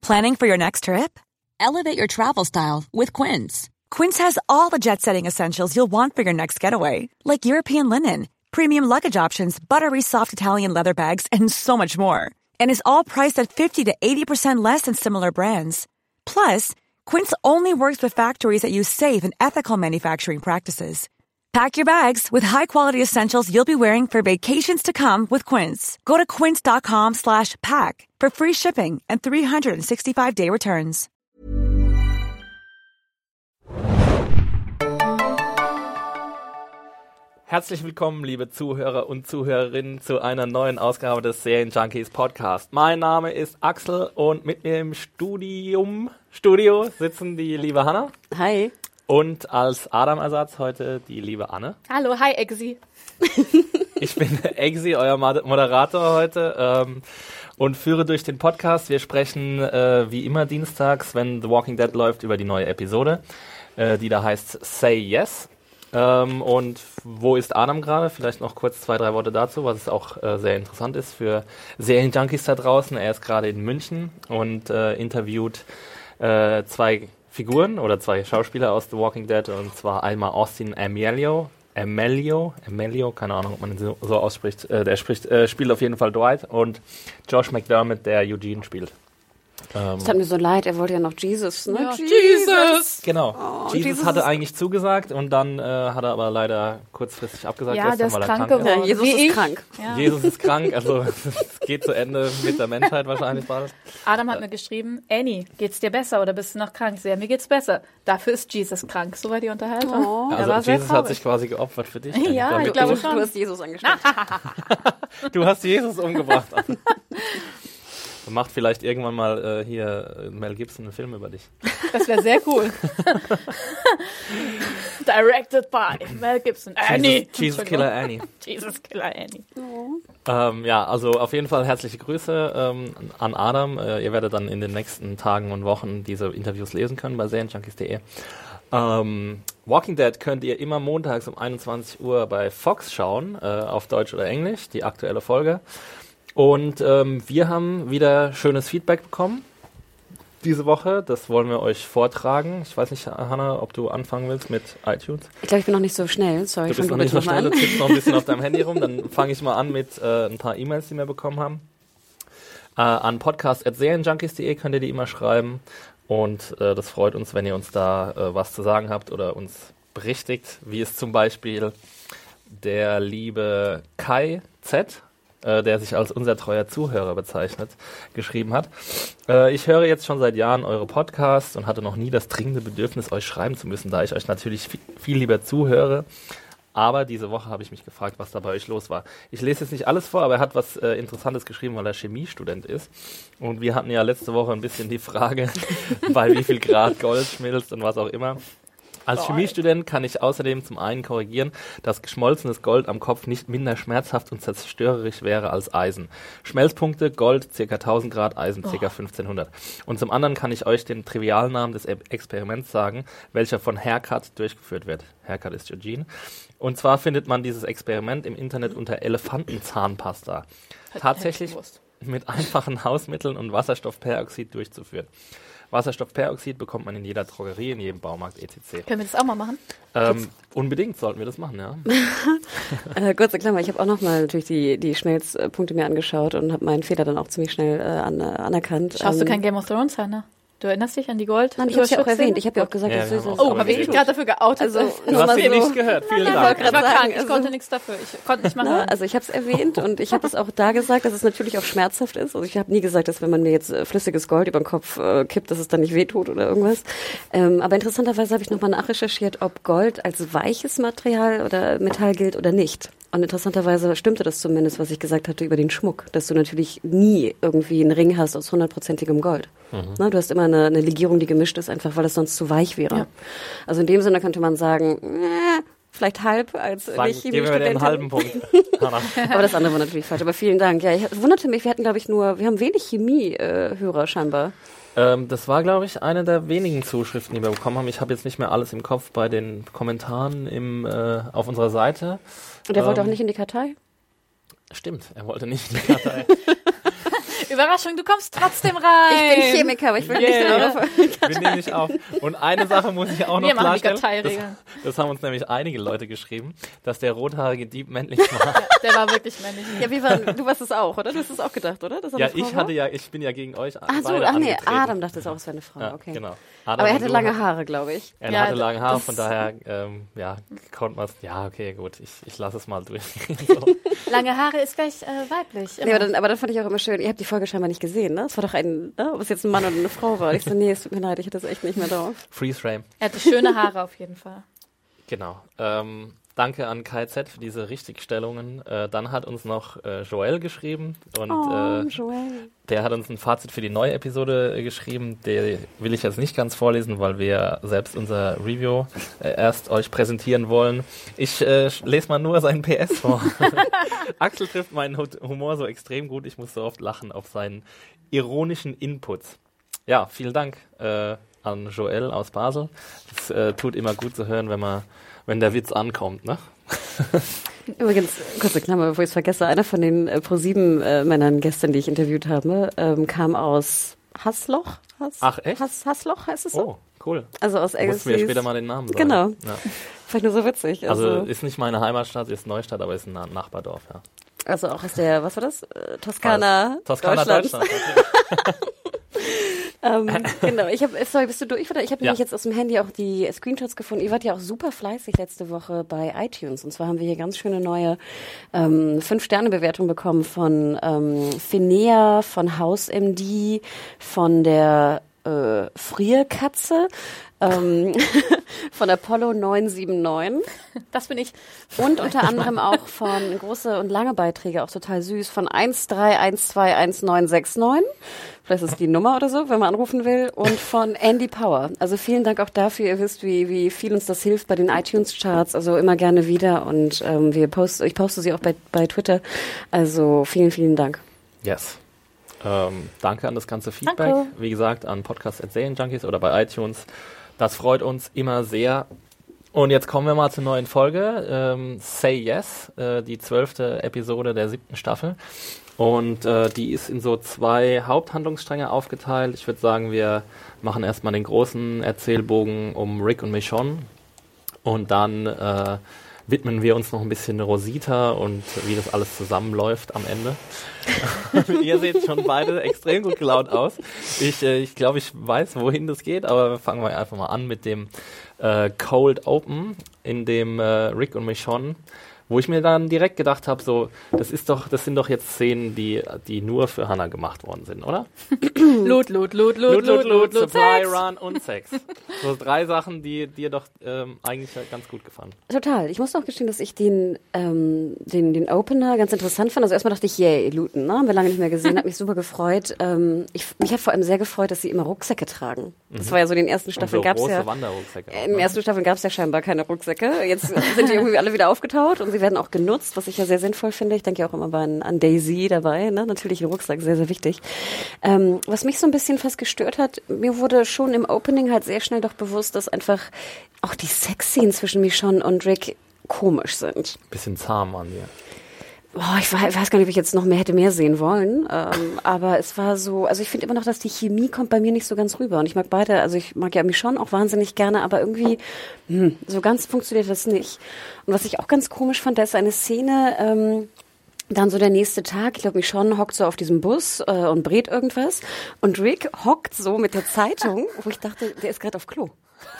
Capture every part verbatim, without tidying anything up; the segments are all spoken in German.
Planning for your next trip? Elevate your travel style with Quince. Quince has all the jet-setting essentials you'll want for your next getaway, like European linen, premium luggage options, buttery soft Italian leather bags, and so much more. And is all priced at fifty to eighty percent less than similar brands. Plus, Quince only works with factories that use safe and ethical manufacturing practices. Pack your bags with high-quality essentials you'll be wearing for vacations to come with Quince. Go to quince.com slash pack for free shipping and three sixty-five day returns. Herzlich willkommen, liebe Zuhörer und Zuhörerinnen, zu einer neuen Ausgabe des Serienjunkies Podcast. Mein Name ist Axel und mit mir im Studium, Studio sitzen die liebe Hanna. Hi. Und als Adam-Ersatz heute die liebe Anne. Hallo, hi Egsi. Ich bin Egsi, euer Moderator heute ähm, und führe durch den Podcast. Wir sprechen äh, wie immer dienstags, wenn The Walking Dead läuft, über die neue Episode, äh, die da heißt Say Yes. Ähm, und wo ist Adam gerade? Vielleicht noch kurz zwei, drei Worte dazu, was es auch äh, sehr interessant ist für Serienjunkies da draußen. Er ist gerade in München und äh, interviewt äh, zwei Figuren oder zwei Schauspieler aus The Walking Dead, und zwar einmal Austin Amelio, Amelio, Amelio, keine Ahnung, ob man ihn so, so ausspricht, äh, der spricht, äh, spielt auf jeden Fall Dwight, und Josh McDermott, der Eugene spielt. Ähm, das hat mir so leid, er wollte ja noch Jesus, ne? Ja, Jesus! Genau, oh, Jesus, Jesus hatte eigentlich zugesagt und dann äh, hat er aber leider kurzfristig abgesagt. Ja, der ist krank geworden. Ja, Jesus Wie ist ich. krank. Ja. Jesus ist krank, also es geht zu Ende mit der Menschheit wahrscheinlich bald. Adam hat mir geschrieben, Annie, geht's dir besser oder bist du noch krank? Sehr, mir geht's besser. Dafür ist Jesus krank. So war die Unterhaltung. Oh. Also war Jesus hat sich quasi geopfert für dich. Ja, ich glaube schon. Du hast Jesus angestellt. Du hast Jesus umgebracht. Macht vielleicht irgendwann mal äh, hier Mel Gibson einen Film über dich. Das wäre sehr cool. Directed by Mel Gibson. Annie. Jesus, Jesus Killer Annie. Jesus Killer Annie. Oh. Ähm, ja, also auf jeden Fall herzliche Grüße ähm, an Adam. Äh, ihr werdet dann in den nächsten Tagen und Wochen diese Interviews lesen können bei serienjunkies punkt de. Ähm, Walking Dead könnt ihr immer montags um einundzwanzig Uhr bei Fox schauen, äh, auf Deutsch oder Englisch, die aktuelle Folge. Und ähm, wir haben wieder schönes Feedback bekommen diese Woche. Das wollen wir euch vortragen. Ich weiß nicht, Hanna, ob du anfangen willst mit iTunes. Ich glaube, ich bin noch nicht so schnell. Sorry, du bist noch nicht so schnell. Du tippst noch ein bisschen auf deinem Handy rum. Dann fange ich mal an mit äh, ein paar E-Mails, die wir bekommen haben. Äh, an podcast at serienjunkies punkt de könnt ihr die immer schreiben. Und äh, das freut uns, wenn ihr uns da äh, was zu sagen habt oder uns berichtigt, wie es zum Beispiel der liebe Kai Z., der sich als unser treuer Zuhörer bezeichnet, geschrieben hat. Äh, ich höre jetzt schon seit Jahren eure Podcasts und hatte noch nie das dringende Bedürfnis, euch schreiben zu müssen, da ich euch natürlich viel, viel lieber zuhöre. Aber diese Woche habe ich mich gefragt, was da bei euch los war. Ich lese jetzt nicht alles vor, aber er hat was äh, Interessantes geschrieben, weil er Chemiestudent ist. Und wir hatten ja letzte Woche ein bisschen die Frage, bei wie viel Grad Gold schmilzt und was auch immer. Als Chemiestudent kann ich außerdem zum einen korrigieren, dass geschmolzenes Gold am Kopf nicht minder schmerzhaft und zerstörerisch wäre als Eisen. Schmelzpunkte, Gold ca. tausend Grad, Eisen ca. fünfzehnhundert. Und zum anderen kann ich euch den Trivialnamen des Experiments sagen, welcher von Haircut durchgeführt wird. Haircut ist Eugene. Und zwar findet man dieses Experiment im Internet unter Elefantenzahnpasta. Tatsächlich mit einfachen Hausmitteln und Wasserstoffperoxid durchzuführen. Wasserstoffperoxid bekommt man in jeder Drogerie, in jedem Baumarkt, et cetera. Können wir das auch mal machen? Ähm, unbedingt sollten wir das machen, ja. äh, kurze Klammer, ich habe auch nochmal natürlich die, die Schmelzpunkte mir angeschaut und habe meinen Fehler dann auch ziemlich schnell äh, an, äh, anerkannt. Schaust ähm, du kein Game of Thrones, Hanna? Du erinnerst dich an die Gold? Nein, ich habe es ja auch erwähnt. Ich habe ja auch gesagt, ja, dass du das Oh, habe ich mich gerade dafür geoutet? Also, du hast dir so nichts gehört. Vielen nein, Dank. Ich war krank, ich also, konnte nichts dafür. Ich konnte nicht mal hören. Also ich habe es erwähnt und ich habe es auch da gesagt, dass es natürlich auch schmerzhaft ist. Also ich habe nie gesagt, dass wenn man mir jetzt äh, flüssiges Gold über den Kopf äh, kippt, dass es dann nicht wehtut oder irgendwas. Ähm, aber interessanterweise habe ich nochmal nachrecherchiert, ob Gold als weiches Material oder Metall gilt oder nicht. Und interessanterweise stimmte das zumindest, was ich gesagt hatte über den Schmuck, dass du natürlich nie irgendwie einen Ring hast aus hundertprozentigem Gold. Mhm. Na, du hast immer eine, eine Legierung, die gemischt ist, einfach weil es sonst zu weich wäre. Ja. Also in dem Sinne könnte man sagen, äh, vielleicht halb als Sagen, nicht geben wir den halben Punkt. Aber das andere war natürlich falsch. Aber vielen Dank. Ja, ich wunderte mich, wir hatten, glaube ich, nur, wir haben wenig Chemie-Hörer äh, scheinbar. Ähm, das war, glaube ich, eine der wenigen Zuschriften, die wir bekommen haben. Ich habe jetzt nicht mehr alles im Kopf bei den Kommentaren im, äh, auf unserer Seite. Und er wollte ähm, auch nicht in die Kartei? Stimmt, er wollte nicht in die Kartei. Überraschung, du kommst trotzdem rein. Ich bin Chemiker, aber ich will Yeah. nicht Wir nehmen dich auf. Und eine Sache muss ich auch noch Wir machen die klarstellen. Das, Karteiregeln. das haben uns nämlich einige Leute geschrieben, dass der rothaarige Dieb männlich war. Der war wirklich männlich. Ja, wie war, du warst es auch, oder? Du hast es auch gedacht, oder? Dass er Ja, eine Frau ich war? hatte ja, ich bin ja gegen euch Ach so, beide ach nee, angetreten. Adam dachte es auch, es wäre eine Frau, Ja, okay. genau. Adam Aber er und hatte du lange ha- Haare, glaube ich. Er Ja, hatte lange Haare, das- von daher, ähm, ja, konnte man es, ja, okay, gut, ich, ich lasse es mal durchgehen. So. Lange Haare ist gleich äh, weiblich. Nee, aber, dann, aber dann fand ich auch immer schön, ihr habt die Folge scheinbar nicht gesehen, ne? Es war doch ein, ne? Ob es jetzt ein Mann oder eine Frau war. Ich so, nee, es tut mir leid, ich hatte das echt nicht mehr drauf. Freeze Frame. Er hatte schöne Haare auf jeden Fall. Genau. Ähm, danke an K Z für diese Richtigstellungen. Äh, dann hat uns noch äh, Joel geschrieben und Oh, äh, Joel. der hat uns ein Fazit für die neue Episode äh, geschrieben. Der will ich jetzt nicht ganz vorlesen, weil wir selbst unser Review äh, erst euch präsentieren wollen. Ich äh, sch- lese mal nur seinen P S vor. Axel trifft meinen Hu- Humor so extrem gut, ich muss so oft lachen auf seinen ironischen Inputs. Ja, vielen Dank äh, an Joel aus Basel. Es äh, tut immer gut zu hören, wenn man, wenn der Witz ankommt, ne? Übrigens, kurze Klammer, bevor ich es vergesse, einer von den äh, ProSieben-Männern gestern, die ich interviewt habe, ähm, kam aus Hassloch. Hass, Ach, echt? Hass, Hassloch heißt es so? Oh, cool. Also aus Du musst mir Egglesfield. später mal den Namen sagen. Genau. Ja. Fand ich nur so witzig. Also, Also, ist nicht meine Heimatstadt, ist Neustadt, aber ist ein Na- Nachbardorf, ja. also auch aus der, was war das? Äh, Toskana, Toskana, Deutschlands. Deutschland. Ähm, genau, ich habe, sorry, bist du durch? Oder? Ich habe Ja. nämlich jetzt aus dem Handy auch die Screenshots gefunden. Ihr wart ja auch super fleißig letzte Woche bei iTunes. Und zwar haben wir hier ganz schöne neue ähm, fünf-Sterne-Bewertungen bekommen von ähm, Finea, von HausMD, von der äh, Frierkatze, ähm, von Apollo neun sieben neun Das bin ich. und unter anderem auch von große und lange Beiträge, auch total süß, von eins drei eins zwei eins neun sechs neun. Vielleicht ist es die Nummer oder so, wenn man anrufen will. Und von Andy Power. Also vielen Dank auch dafür. Ihr wisst, wie, wie viel uns das hilft bei den iTunes-Charts. Also immer gerne wieder. Und ähm, wir post, ich poste sie auch bei, bei Twitter. Also vielen, vielen Dank. Yes. Ähm, danke an das ganze Feedback. Danke. Wie gesagt, an Podcast at Serienjunkies oder bei iTunes. Das freut uns immer sehr. Und jetzt kommen wir mal zur neuen Folge. Ähm, Say Yes, äh, die zwölfte Episode der siebten Staffel. Und äh, die ist in so zwei Haupthandlungsstränge aufgeteilt. Ich würde sagen, wir machen erstmal den großen Erzählbogen um Rick und Michonne. Und dann äh, widmen wir uns noch ein bisschen Rosita und wie das alles zusammenläuft am Ende. Ihr seht schon beide extrem gut gelaunt aus. Ich äh, ich glaube, ich weiß, wohin das geht, aber fangen wir einfach mal an mit dem äh, Cold Open, in dem äh, Rick und Michonne, wo ich mir dann direkt gedacht habe, so, das ist doch, das sind doch jetzt Szenen, die, die nur für Hannah gemacht worden sind, oder? Loot, Loot, Loot, Loot, Loot, Loot, Loot, Supply, Sex. Run und Sex. So drei Sachen, die dir doch ähm, eigentlich ganz gut gefallen. Total. Ich muss noch gestehen, dass ich den, ähm, den, den Opener ganz interessant fand. Also erstmal dachte ich, yay, Luton, ne? Haben wir lange nicht mehr gesehen, hat mich super gefreut. Ähm, ich, mich hat vor allem sehr gefreut, dass sie immer Rucksäcke tragen. Das war ja so in den ersten Staffeln so gab's große ja. Wanderrucksäcke auch, In den ne? ersten Staffeln gab es ja scheinbar keine Rucksäcke. Jetzt sind die irgendwie alle wieder aufgetaucht und sie werden auch genutzt, was ich ja sehr sinnvoll finde. Ich denke ja auch immer an, an Daisy dabei, ne? Natürlich ein Rucksack, sehr, sehr wichtig. Ähm, was mich so ein bisschen fast gestört hat, mir wurde schon im Opening halt sehr schnell doch bewusst, dass einfach auch die Sexszenen zwischen Michonne und Rick komisch sind. Bisschen zahm an dir. Boah, ich weiß, weiß gar nicht, ob ich jetzt noch mehr hätte mehr sehen wollen. Ähm, aber es war so, also ich finde immer noch, dass die Chemie kommt bei mir nicht so ganz rüber. Und ich mag beide, also ich mag ja Michonne auch wahnsinnig gerne, aber irgendwie, hm, so ganz funktioniert das nicht. Und was ich auch ganz komisch fand, da ist eine Szene, ähm, dann so der nächste Tag, ich glaube, Michonne hockt so auf diesem Bus äh, und brät irgendwas. Und Rick hockt so mit der Zeitung, wo ich dachte, der ist gerade auf Klo.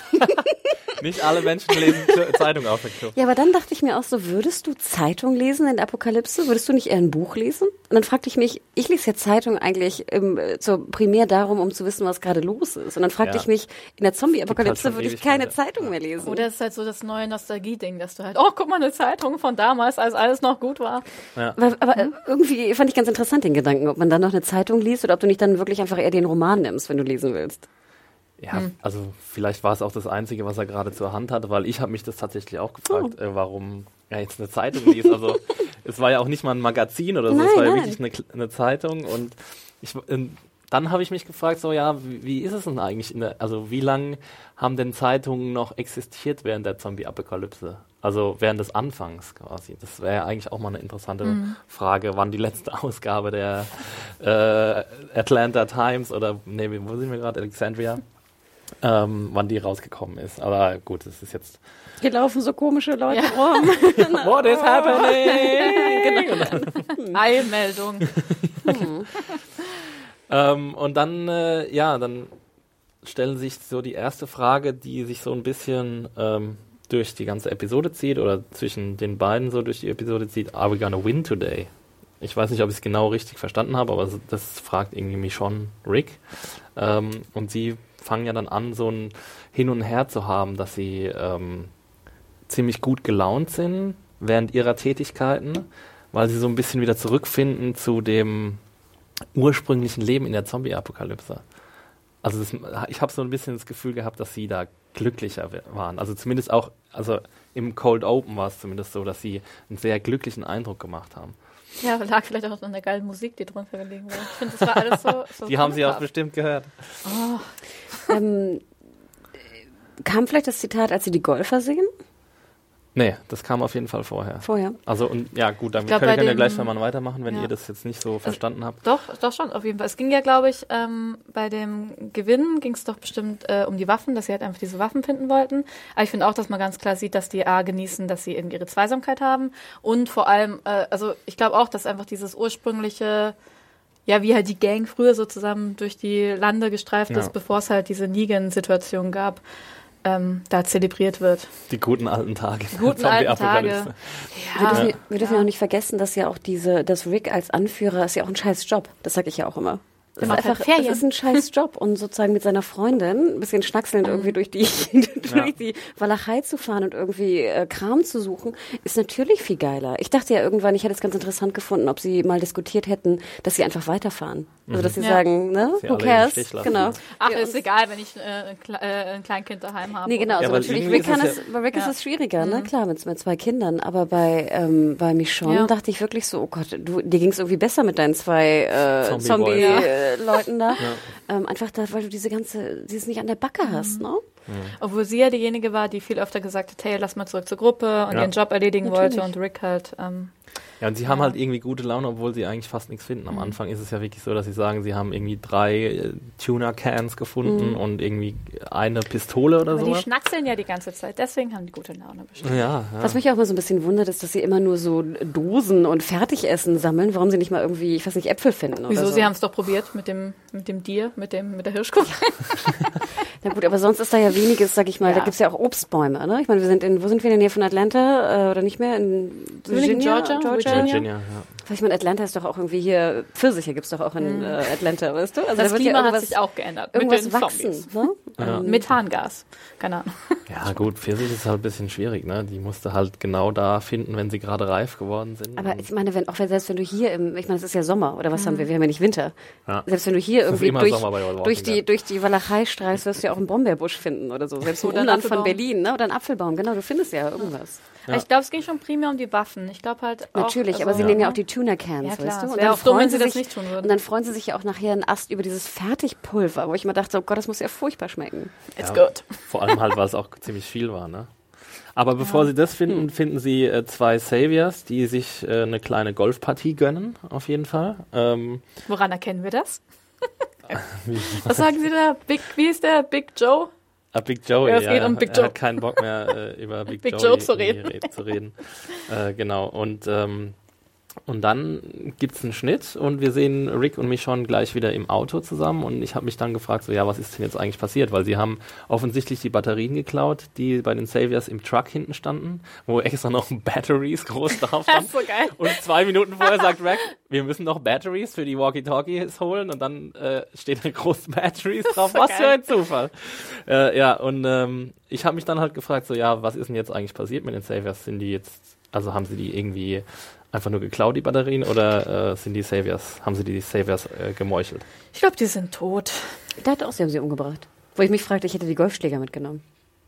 Nicht alle Menschen lesen Klo- Zeitung auf der Klo. Ja, aber dann dachte ich mir auch so, würdest du Zeitung lesen in der Apokalypse? Würdest du nicht eher ein Buch lesen? Und dann fragte ich mich, ich lese ja Zeitung eigentlich ähm, so primär darum, um zu wissen, was gerade los ist. Und dann fragte Ja. ich mich, in der Zombie-Apokalypse schon würde ich Ewigkeit, keine ja. Zeitung mehr lesen. Oder es ist halt so das neue Nostalgie-Ding, dass du halt, oh, guck mal, eine Zeitung von damals, als alles noch gut war. aber aber äh, irgendwie fand ich ganz interessant den Gedanken, ob man dann noch eine Zeitung liest oder ob du nicht dann wirklich einfach eher den Roman nimmst, wenn du lesen willst. Ja, also vielleicht war es auch das Einzige, was er gerade zur Hand hatte, weil ich habe mich das tatsächlich auch gefragt, äh, warum er jetzt eine Zeitung liest. Also es war ja auch nicht mal ein Magazin oder so, Nein, es war ja nein. wirklich eine, eine Zeitung. Und ich, äh, dann habe ich mich gefragt, so ja, wie, wie ist es denn eigentlich, in der, also wie lange haben denn Zeitungen noch existiert während der Zombie-Apokalypse? Also während des Anfangs quasi. Das wäre ja eigentlich auch mal eine interessante mhm. Frage, wann die letzte Ausgabe der äh, Atlanta Times oder, nee, wo sind wir gerade, Alexandria, ähm, wann die rausgekommen ist. Aber gut, das ist jetzt... Hier laufen so komische Leute ja. rum. What is happening? Genau. Eilmeldung. Mhm. ähm, und dann, äh, ja, dann stellen sich so die erste Frage, die sich so ein bisschen... Ähm, durch die ganze Episode zieht oder zwischen den beiden so durch die Episode zieht, are we gonna win today? Ich weiß nicht, ob ich es genau richtig verstanden habe, aber das fragt irgendwie Michonne Rick. Ähm, und sie fangen ja dann an, so ein Hin und Her zu haben, dass sie ähm, ziemlich gut gelaunt sind während ihrer Tätigkeiten, weil sie so ein bisschen wieder zurückfinden zu dem ursprünglichen Leben in der Zombie-Apokalypse. Also das, ich habe so ein bisschen das Gefühl gehabt, dass sie da glücklicher waren. Also zumindest auch, also im Cold Open war es zumindest so, dass sie einen sehr glücklichen Eindruck gemacht haben. Ja, lag vielleicht auch an der geilen Musik, die drunter gelegen war. Ich finde, das war alles so... so die haben sie auch bestimmt gehört. Oh. ähm, kam vielleicht das Zitat, als sie die Golfer sehen? Nee, das kam auf jeden Fall vorher. Vorher. Also und ja gut, dann glaub, können wir dem, ja gleich mal weitermachen, wenn ja. ihr das jetzt nicht so verstanden also, habt. Doch, doch schon, auf jeden Fall. Es ging ja, glaube ich, ähm, bei dem Gewinn ging es doch bestimmt äh, um die Waffen, dass sie halt einfach diese Waffen finden wollten. Aber ich finde auch, dass man ganz klar sieht, dass die A genießen, dass sie irgendwie ihre Zweisamkeit haben und vor allem, äh, also ich glaube auch, dass einfach dieses ursprüngliche, ja, wie halt die Gang früher so zusammen durch die Lande gestreift ja. ist, bevor es halt diese Negan-Situation gab. Ähm, da zelebriert wird. Die guten alten Tage. Die guten alten Tage. Ja. Wir dürfen, ja. wir dürfen ja auch nicht vergessen, dass ja auch diese, dass Rick als Anführer ist ja auch ein scheiß Job. Das sage ich ja auch immer. Das ist einfach, es ist ein scheiß Job und sozusagen mit seiner Freundin ein bisschen schnackselnd irgendwie durch die durch ja. die Walachei zu fahren und irgendwie äh, Kram zu suchen, ist natürlich viel geiler. Ich dachte ja irgendwann, ich hätte es ganz interessant gefunden, ob sie mal diskutiert hätten, dass sie einfach weiterfahren. Also dass sie ja. sagen, ne, sie who cares? Genau. Ach, ja, ist egal, wenn ich äh, ein, Kle- äh, ein Kleinkind daheim habe. Nee, genau, also ja, natürlich, Rick kann es, ja bei Rick ja. ist es schwieriger, mhm. ne, klar, mit, mit zwei Kindern, aber bei, ähm, bei Michonne ja. dachte ich wirklich so, oh Gott, du, dir ging es irgendwie besser mit deinen zwei äh, Zombie-Leuten da. Ja. Ähm, einfach da, weil du diese ganze, dieses nicht an der Backe hast, mhm. ne? Mhm. Obwohl sie ja diejenige war, die viel öfter gesagt hat, hey, lass mal zurück zur Gruppe und ja. ihren Job erledigen Natürlich. wollte und Rick halt... Ähm, Ja, und sie haben halt irgendwie gute Laune, obwohl sie eigentlich fast nichts finden. Am Anfang ist es ja wirklich so, dass sie sagen, sie haben irgendwie drei äh, Tuna-Cans gefunden mhm. und irgendwie eine Pistole oder so. Aber die schnackseln ja die ganze Zeit, deswegen haben die gute Laune bestimmt. Ja, ja. Was mich auch mal so ein bisschen wundert, ist, dass sie immer nur so Dosen und Fertigessen sammeln. Warum sie nicht mal irgendwie, ich weiß nicht, Äpfel finden Wieso? oder so. Sie haben es doch probiert mit dem, mit dem Deer, mit dem, mit der Hirschkuche. Na gut, aber sonst ist da ja weniges, sag ich mal. Ja. Da gibt's ja auch Obstbäume, ne? Ich meine, wir sind in, wo sind wir in der Nähe von Atlanta? Äh, oder nicht mehr? In Virginia? Georgia? Georgia? Virginia, ja. Ich meine, Atlanta ist doch auch irgendwie hier, Pfirsiche gibt's doch auch in äh, Atlanta, weißt du? Also das da wird Klima ja hat sich auch geändert. Irgendwas mit den wachsen, Zombies. ne? Ja. Ähm, Methangas. Keine Ahnung. Ja gut, Pfirsich ist halt ein bisschen schwierig, ne? Die musste halt genau da finden, wenn sie gerade reif geworden sind. Aber ich meine, wenn, auch wenn, selbst wenn du hier im, ich meine, es ist ja Sommer, oder was Mhm. haben wir? Wir haben ja nicht Winter. Ja. Selbst wenn du hier Das ist irgendwie immer durch, Sommer bei Walking durch, die, Dead. durch die Walachei strahlst, wirst du ja auch einen Brombeerbusch finden oder so. Selbst im Oder einen Umland von Apfelbaum. Berlin, ne? Oder einen Apfelbaum, genau, du findest ja irgendwas. Ja. Ich glaube, es ging schon primär um die Waffen. Ich glaube halt auch... Natürlich, also, aber sie ja. nehmen ja auch die Tuna-Cans, Ja, klar. weißt du? Es Und wäre dann auch dumm, freuen wenn sie sie das sich, nicht tun würden. und dann freuen sie sich ja auch nachher einen Ast über dieses Fertigpulver, wo ich mir dachte, oh Gott, das muss ja furchtbar schmecken. It's Ja, good. Vor allem halt, weil es auch ziemlich viel war, ne? Aber bevor Ja. sie das finden, finden sie äh, zwei Saviors, die sich äh, eine kleine Golfpartie gönnen, auf jeden Fall. Ähm, Woran erkennen wir das? Was sagen Sie da? Big, wie ist der? Big Joe? Ah, Big Joey, Ja, ja. es geht um Big Er Joe. hat keinen Bock mehr, äh, über Big, Big Joey Joe zu reden. irgendwie zu reden. äh, genau, und, ähm, und dann gibt's einen Schnitt und wir sehen Rick und Michonne gleich wieder im Auto zusammen und ich habe mich dann gefragt, so ja, was ist denn jetzt eigentlich passiert? Weil sie haben offensichtlich die Batterien geklaut, die bei den Saviors im Truck hinten standen, wo extra noch Batteries groß drauf Das stand. ist so geil. Und zwei Minuten vorher sagt Rick, wir müssen noch Batteries für die Walkie-Talkies holen und dann äh, steht da groß Batteries drauf. so Was geil. für ein Zufall. Äh, ja, und ähm, ich habe mich dann halt gefragt, so ja, was ist denn jetzt eigentlich passiert mit den Saviors? Sind die jetzt, also haben sie die irgendwie einfach nur geklaut, die Batterien, oder äh, sind die Saviors, haben sie die Saviors äh, gemeuchelt? Ich glaube, die sind tot. Ich dachte auch, sie haben sie umgebracht. Wo ich mich fragte, ich hätte die Golfschläger mitgenommen.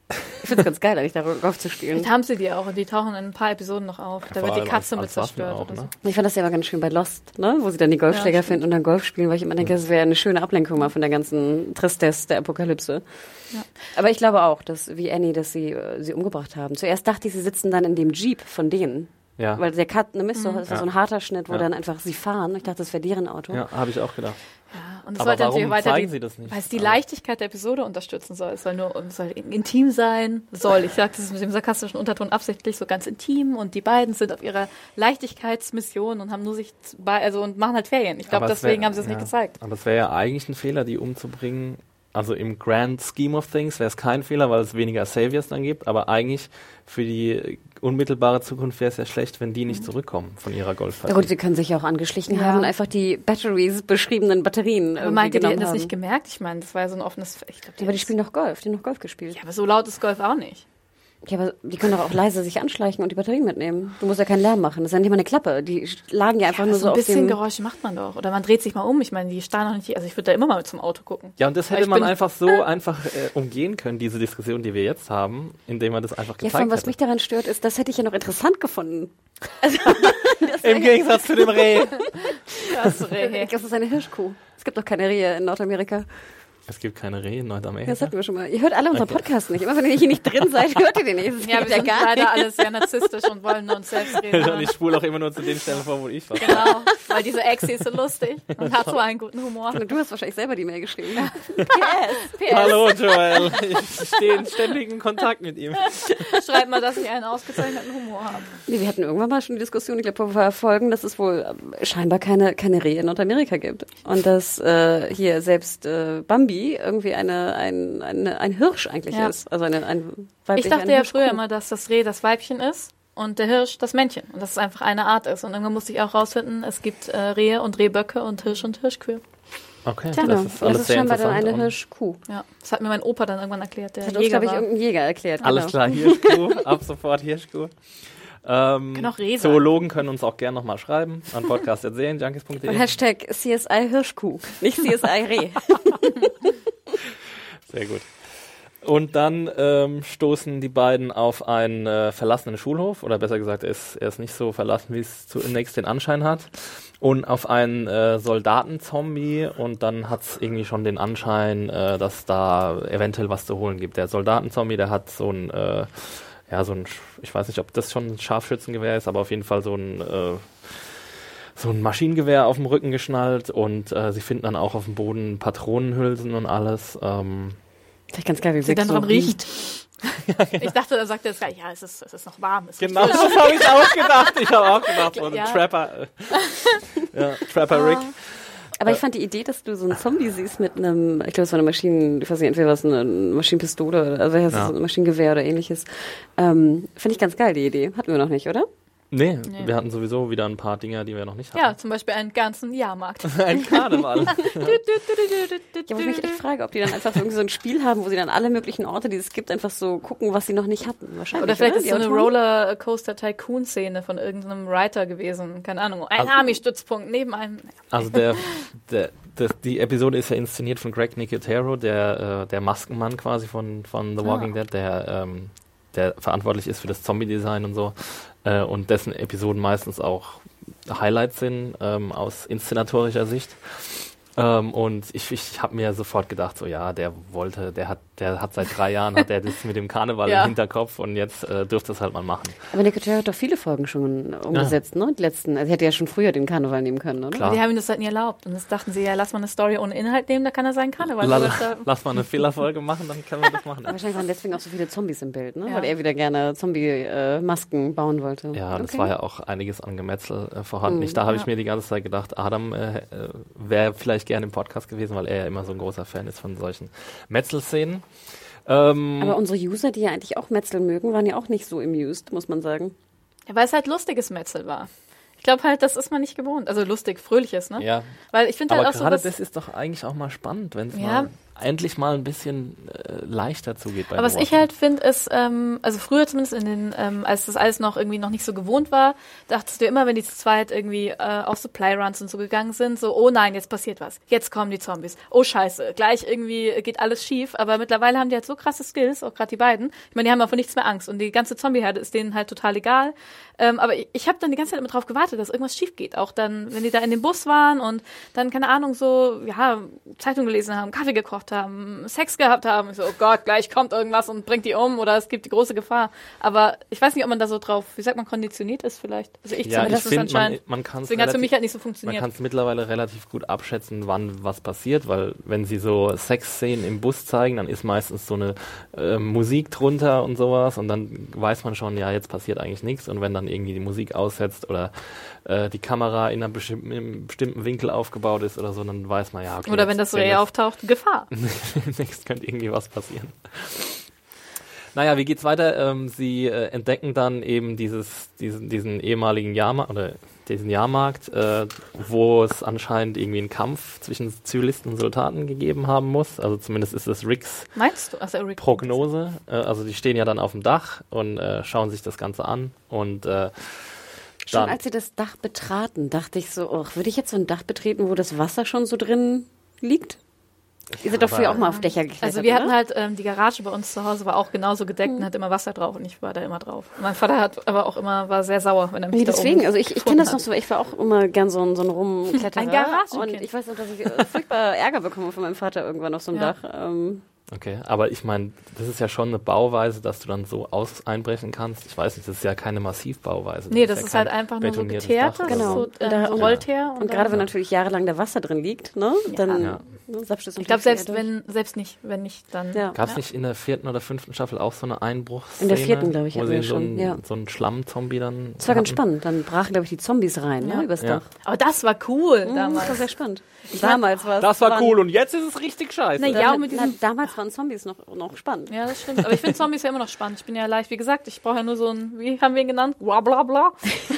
Ich finde es ganz geil, eigentlich da Golf zu spielen. Vielleicht haben sie die auch und die tauchen in ein paar Episoden noch auf. Da Vor wird die allem Katze als- mit als Waffen zerstört auch, oder so. ne? Ich fand das ja aber ganz schön bei Lost, ne? Wo sie dann die Golfschläger Ja, finden und dann Golf spielen, weil ich immer denke, das wäre eine schöne Ablenkung mal von der ganzen Tristesse der Apokalypse. Ja. Aber ich glaube auch, dass wie Annie, dass sie äh, sie umgebracht haben. Zuerst dachte ich, sie sitzen dann in dem Jeep von denen. Ja, Weil der Cut, ne, ist so, das war Ja. so ein harter Schnitt, wo Ja. dann einfach sie fahren. Ich dachte, das wäre deren Auto. ja habe ich auch gedacht. Ja, und es Aber sollte warum natürlich weiter zeigen die, sie das nicht? Weil es die Aber- Leichtigkeit der Episode unterstützen soll. Es soll nur es soll intim sein. Soll. Ich sage das mit dem sarkastischen Unterton absichtlich so ganz intim und die beiden sind auf ihrer Leichtigkeitsmission und haben nur sich bei, also und machen halt Ferien. Ich glaube, Aber es deswegen wär- haben sie es ja. nicht gezeigt. Aber es wäre ja eigentlich ein Fehler, die umzubringen. Also im Grand Scheme of Things wäre es kein Fehler, weil es weniger Saviors dann gibt. Aber eigentlich für die unmittelbare Zukunft wäre es ja schlecht, wenn die nicht zurückkommen von ihrer Ja gut, Golfpartie. sie können sich ja auch angeschlichen Ja. haben und einfach die Batteries, beschriebenen Batterien Aber irgendwie meinte, die genommen hätten das haben. nicht gemerkt? Ich meine, das war ja so ein offenes. Ich glaub, Ja, aber die spielen doch Golf, die haben noch Golf gespielt. Ja, aber so laut ist Golf auch nicht. Ja, aber die können doch auch leise sich anschleichen und die Batterien mitnehmen. Du musst ja keinen Lärm machen. Das ist ja nicht mal eine Klappe. Die lagen ja einfach Aber nur so so ein auf bisschen dem... Geräusche macht man doch. Oder man dreht sich mal um. Ich meine, die starren noch nicht. Also ich würde da immer mal zum Auto gucken. Ja, und das Weil hätte ich man bin- einfach so einfach äh, umgehen können, diese Diskussion, die wir jetzt haben, indem man das einfach Ja, gezeigt vor allem, was hätte. mich daran stört, ist, das hätte ich ja noch interessant gefunden. Im Gegensatz zu dem Reh. Das Reh. Das ist eine Hirschkuh. Es gibt doch keine Rehe in Nordamerika. Es gibt keine Rehe in Nordamerika. Das hatten wir schon mal. Ihr hört alle unseren Podcast nicht. Immer wenn ihr hier nicht drin seid, hört ihr den nicht. Das Ja, geht wir sind gar leider nicht. alle sehr narzisstisch und wollen nur uns selbst reden. Und ich spule auch immer nur zu den Stellen vor, wo ich war. Genau, weil diese Exi ist so lustig und hat so einen guten Humor. Du hast wahrscheinlich selber die Mail geschrieben. P S. Hallo Joel, ich stehe in ständigem Kontakt mit ihm. Schreibt mal, dass ich einen ausgezeichneten Humor habe. Nee, wir hatten irgendwann mal schon die Diskussion, ich glaube, vor ein paar Folgen, dass es wohl ähm, scheinbar keine, keine Rehe in Nordamerika gibt. Und dass äh, hier selbst äh, Bambi irgendwie eine, ein, eine, ein Hirsch eigentlich Ja. ist. Also eine, ein Ich weibliche, dachte eine ja Hirschkuh. früher immer, dass das Reh das Weibchen ist und der Hirsch das Männchen. Und dass es einfach eine Art ist. Und irgendwann musste ich auch rausfinden, es gibt äh, Rehe und Rehböcke und Hirsch und Hirschkühe. Okay, Tja, das das ist alles ist sehr scheinbar dann interessant. eine und Hirschkuh. Ja, das hat mir mein Opa dann irgendwann erklärt, der Das hat uns, Jäger glaube ich, war. irgendein Jäger erklärt. Alles genau. klar, Hirschkuh, ab sofort Hirschkuh. Ähm, Können auch Reh sein. Zoologen können uns auch gerne nochmal schreiben an podcast punkt serienjunkies punkt Und de. Hashtag C S I Hirschkuh, nicht C S I Reh. Sehr gut. Und dann ähm, stoßen die beiden auf einen äh, verlassenen Schulhof, oder besser gesagt, er ist, er ist nicht so verlassen, wie es zunächst den Anschein hat, und auf einen äh, Soldatenzombie, und dann hat es irgendwie schon den Anschein, äh, dass da eventuell was zu holen gibt. Der Soldatenzombie, der hat so ein, äh, ja, so ein, Sch- ich weiß nicht, ob das schon ein Scharfschützengewehr ist, aber auf jeden Fall so ein, äh, so ein Maschinengewehr auf dem Rücken geschnallt, und äh, sie finden dann auch auf dem Boden Patronenhülsen und alles. Ähm, Vielleicht ganz geil, wie Sie Vic dann so dran riecht. Ich dachte, er sagte jetzt gleich, ja, es ist, es ist noch warm. Es riecht Genau, das habe ich auch gedacht. Ich habe auch gedacht, so ein Ja. Trapper. Äh, ja, Trapper Rick. Aber ich fand die Idee, dass du so einen Zombie siehst mit einem, ich glaube, es war eine Maschinen, ich weiß nicht, entweder was eine Maschinenpistole oder also heißt Ja. es ein Maschinengewehr oder ähnliches. Ähm, finde ich ganz geil, die Idee. Hatten wir noch nicht, oder? Nee, Nee. wir hatten sowieso wieder ein paar Dinger, die wir noch nicht hatten. Ja, zum Beispiel einen ganzen Jahrmarkt. Ein Karneval. Ja, wo ich mich echt frage, ob die dann einfach so irgendwie so ein Spiel haben, wo sie dann alle möglichen Orte, die es gibt, einfach so gucken, was sie noch nicht hatten. Wahrscheinlich. Oder vielleicht ist Die so eine Autoren? Rollercoaster-Tycoon-Szene von irgendeinem Writer gewesen. Keine Ahnung. Ein Also- Army-Stützpunkt neben einem. Also der, der, der, die Episode ist ja inszeniert von Greg Nicotero, der, äh, der Maskenmann quasi von, von The Walking Dead, der, ähm, der verantwortlich ist für das Zombie-Design und so. Äh, und dessen Episoden meistens auch Highlights sind ähm, aus inszenatorischer Sicht. Ähm, und ich, ich habe mir sofort gedacht, so ja, der wollte, der hat, der hat seit drei Jahren hat der das mit dem Karneval Ja. im Hinterkopf, und jetzt äh, dürfte es halt mal machen. Aber Nicotero hat doch viele Folgen schon umgesetzt, ne? Die letzten. Also, er hätte ja schon früher den Karneval nehmen können, oder? Klar. Die haben ihm das halt nie erlaubt. Und jetzt dachten sie, ja, lass mal eine Story ohne Inhalt nehmen, da kann er seinen Karneval La, überstarten. lass mal eine Fehlerfolge machen, dann können wir das machen. Aber wahrscheinlich waren deswegen auch so viele Zombies im Bild, ne? Ja. Weil er wieder gerne Zombie-Masken bauen wollte. Ja, das Okay. war ja auch einiges an Gemetzel äh, vorhanden. Mhm, ich, da habe ich ja. mir die ganze Zeit gedacht, Adam äh, äh, wäre vielleicht gerne im Podcast gewesen, weil er ja immer so ein großer Fan ist von solchen Metzelszenen. Ähm, Aber unsere User, die ja eigentlich auch Metzel mögen, waren ja auch nicht so amused, muss man sagen. Ja, weil es halt lustiges Metzel war. Ich glaube halt, das ist man nicht gewohnt. Also lustig, fröhliches, ne? ja, Weil ich finde halt aber auch so gerade was... das ist doch eigentlich auch mal spannend, wenn es Ja, mal... endlich mal ein bisschen äh, leichter zugeht bei Aber was ich halt finde, ist, ähm, also früher zumindest in den, ähm, als das alles noch irgendwie noch nicht so gewohnt war, dachtest du immer, wenn die zu zweit irgendwie äh, auf so Playruns und so gegangen sind, so, oh nein, jetzt passiert was, jetzt kommen die Zombies, oh scheiße, gleich irgendwie geht alles schief, aber mittlerweile haben die halt so krasse Skills, auch gerade die beiden, ich meine, die haben vor nichts mehr Angst und die ganze Zombie-Herde ist denen halt total egal, ähm, aber ich, ich habe dann die ganze Zeit immer drauf gewartet, dass irgendwas schief geht, auch dann, wenn die da in dem Bus waren und dann, keine Ahnung, so, ja, Zeitung gelesen haben, Kaffee gekocht haben, Sex gehabt haben. Ich so, oh Gott, gleich kommt irgendwas und bringt die um oder es gibt die große Gefahr. Aber ich weiß nicht, ob man da so drauf, wie sagt man, konditioniert ist vielleicht. Also ich ja, zumindest ich find, anscheinend. Man, man kann's deswegen hat es für mich halt nicht so Man funktioniert. kann es mittlerweile relativ gut abschätzen, wann was passiert, weil wenn sie so Sexszenen im Bus zeigen, dann ist meistens so eine äh, Musik drunter und sowas und dann weiß man schon, ja, jetzt passiert eigentlich nichts und wenn dann irgendwie die Musik aussetzt oder äh, die Kamera in einem bestimmten, in einem bestimmten Winkel aufgebaut ist oder so, dann weiß man, ja, okay. Oder wenn das so eher auftaucht, Gefahr. Demnächst könnte irgendwie was passieren. Naja, wie geht's weiter? Ähm, sie äh, entdecken dann eben dieses, diesen, diesen ehemaligen Jahrmarkt, oder diesen Jahrmarkt, äh, wo es anscheinend irgendwie einen Kampf zwischen Zivilisten und Soldaten gegeben haben muss. Also zumindest ist es Ricks Meinst du? Also Rick Prognose. Äh, also die stehen ja dann auf dem Dach und äh, schauen sich das Ganze an und äh, Schon dann, als sie das Dach betraten, dachte ich so, oh, würde ich jetzt so ein Dach betreten, wo das Wasser schon so drin liegt? Ihr seid doch früher auch mal auf Dächer geklettert, Also wir oder? hatten halt, ähm, die Garage bei uns zu Hause war auch genauso gedeckt Hm. und hatte immer Wasser drauf und ich war da immer drauf. Und mein Vater hat aber auch immer, war sehr sauer, wenn er mich Nee, da deswegen, oben also ich, ich kenne das noch so, ich war auch immer gern so ein, so ein Rumkletterer. Ein Garagenkind. Und ich weiß noch, dass ich äh, furchtbar Ärger bekomme von meinem Vater irgendwann auf so einem Ja. Dach. Ähm, okay, aber ich meine, das ist ja schon eine Bauweise, dass du dann so aus einbrechen kannst. Ich weiß nicht, das ist ja keine Massivbauweise. Nee, das ja ist kein halt einfach nur so betoniertes geteerte, Dach oder Genau. so. so, ähm, Da- so Rollteer. und dann- gerade wenn natürlich jahrelang der Wasser drin liegt, ne, dann Ja. ne, sapscht es Ich glaube, natürlich selbst eher durch. wenn, selbst nicht, wenn nicht, dann. Ja. Gab es nicht in der vierten oder fünften Staffel auch so eine Einbruchsszene? In der vierten, glaube ich, wo hatten sie wir so schon, einen, ja. so einen Schlammzombie dann Das war ganz hatten? spannend. Dann brachen, glaube ich, die Zombies rein, Ja. ne, übers Ja. Dach. Aber das war cool Mhm, Das damals. war sehr spannend. Damals war es. Das war waren- cool und jetzt ist es richtig scheiße. Na, Da, ja, auch mit na, diesem- damals waren Zombies noch, noch spannend. Ja, das stimmt. Aber ich finde Zombies ja immer noch spannend. Ich bin ja leicht, wie gesagt, ich brauche ja nur so ein, wie haben wir ihn genannt? Bla bla bla.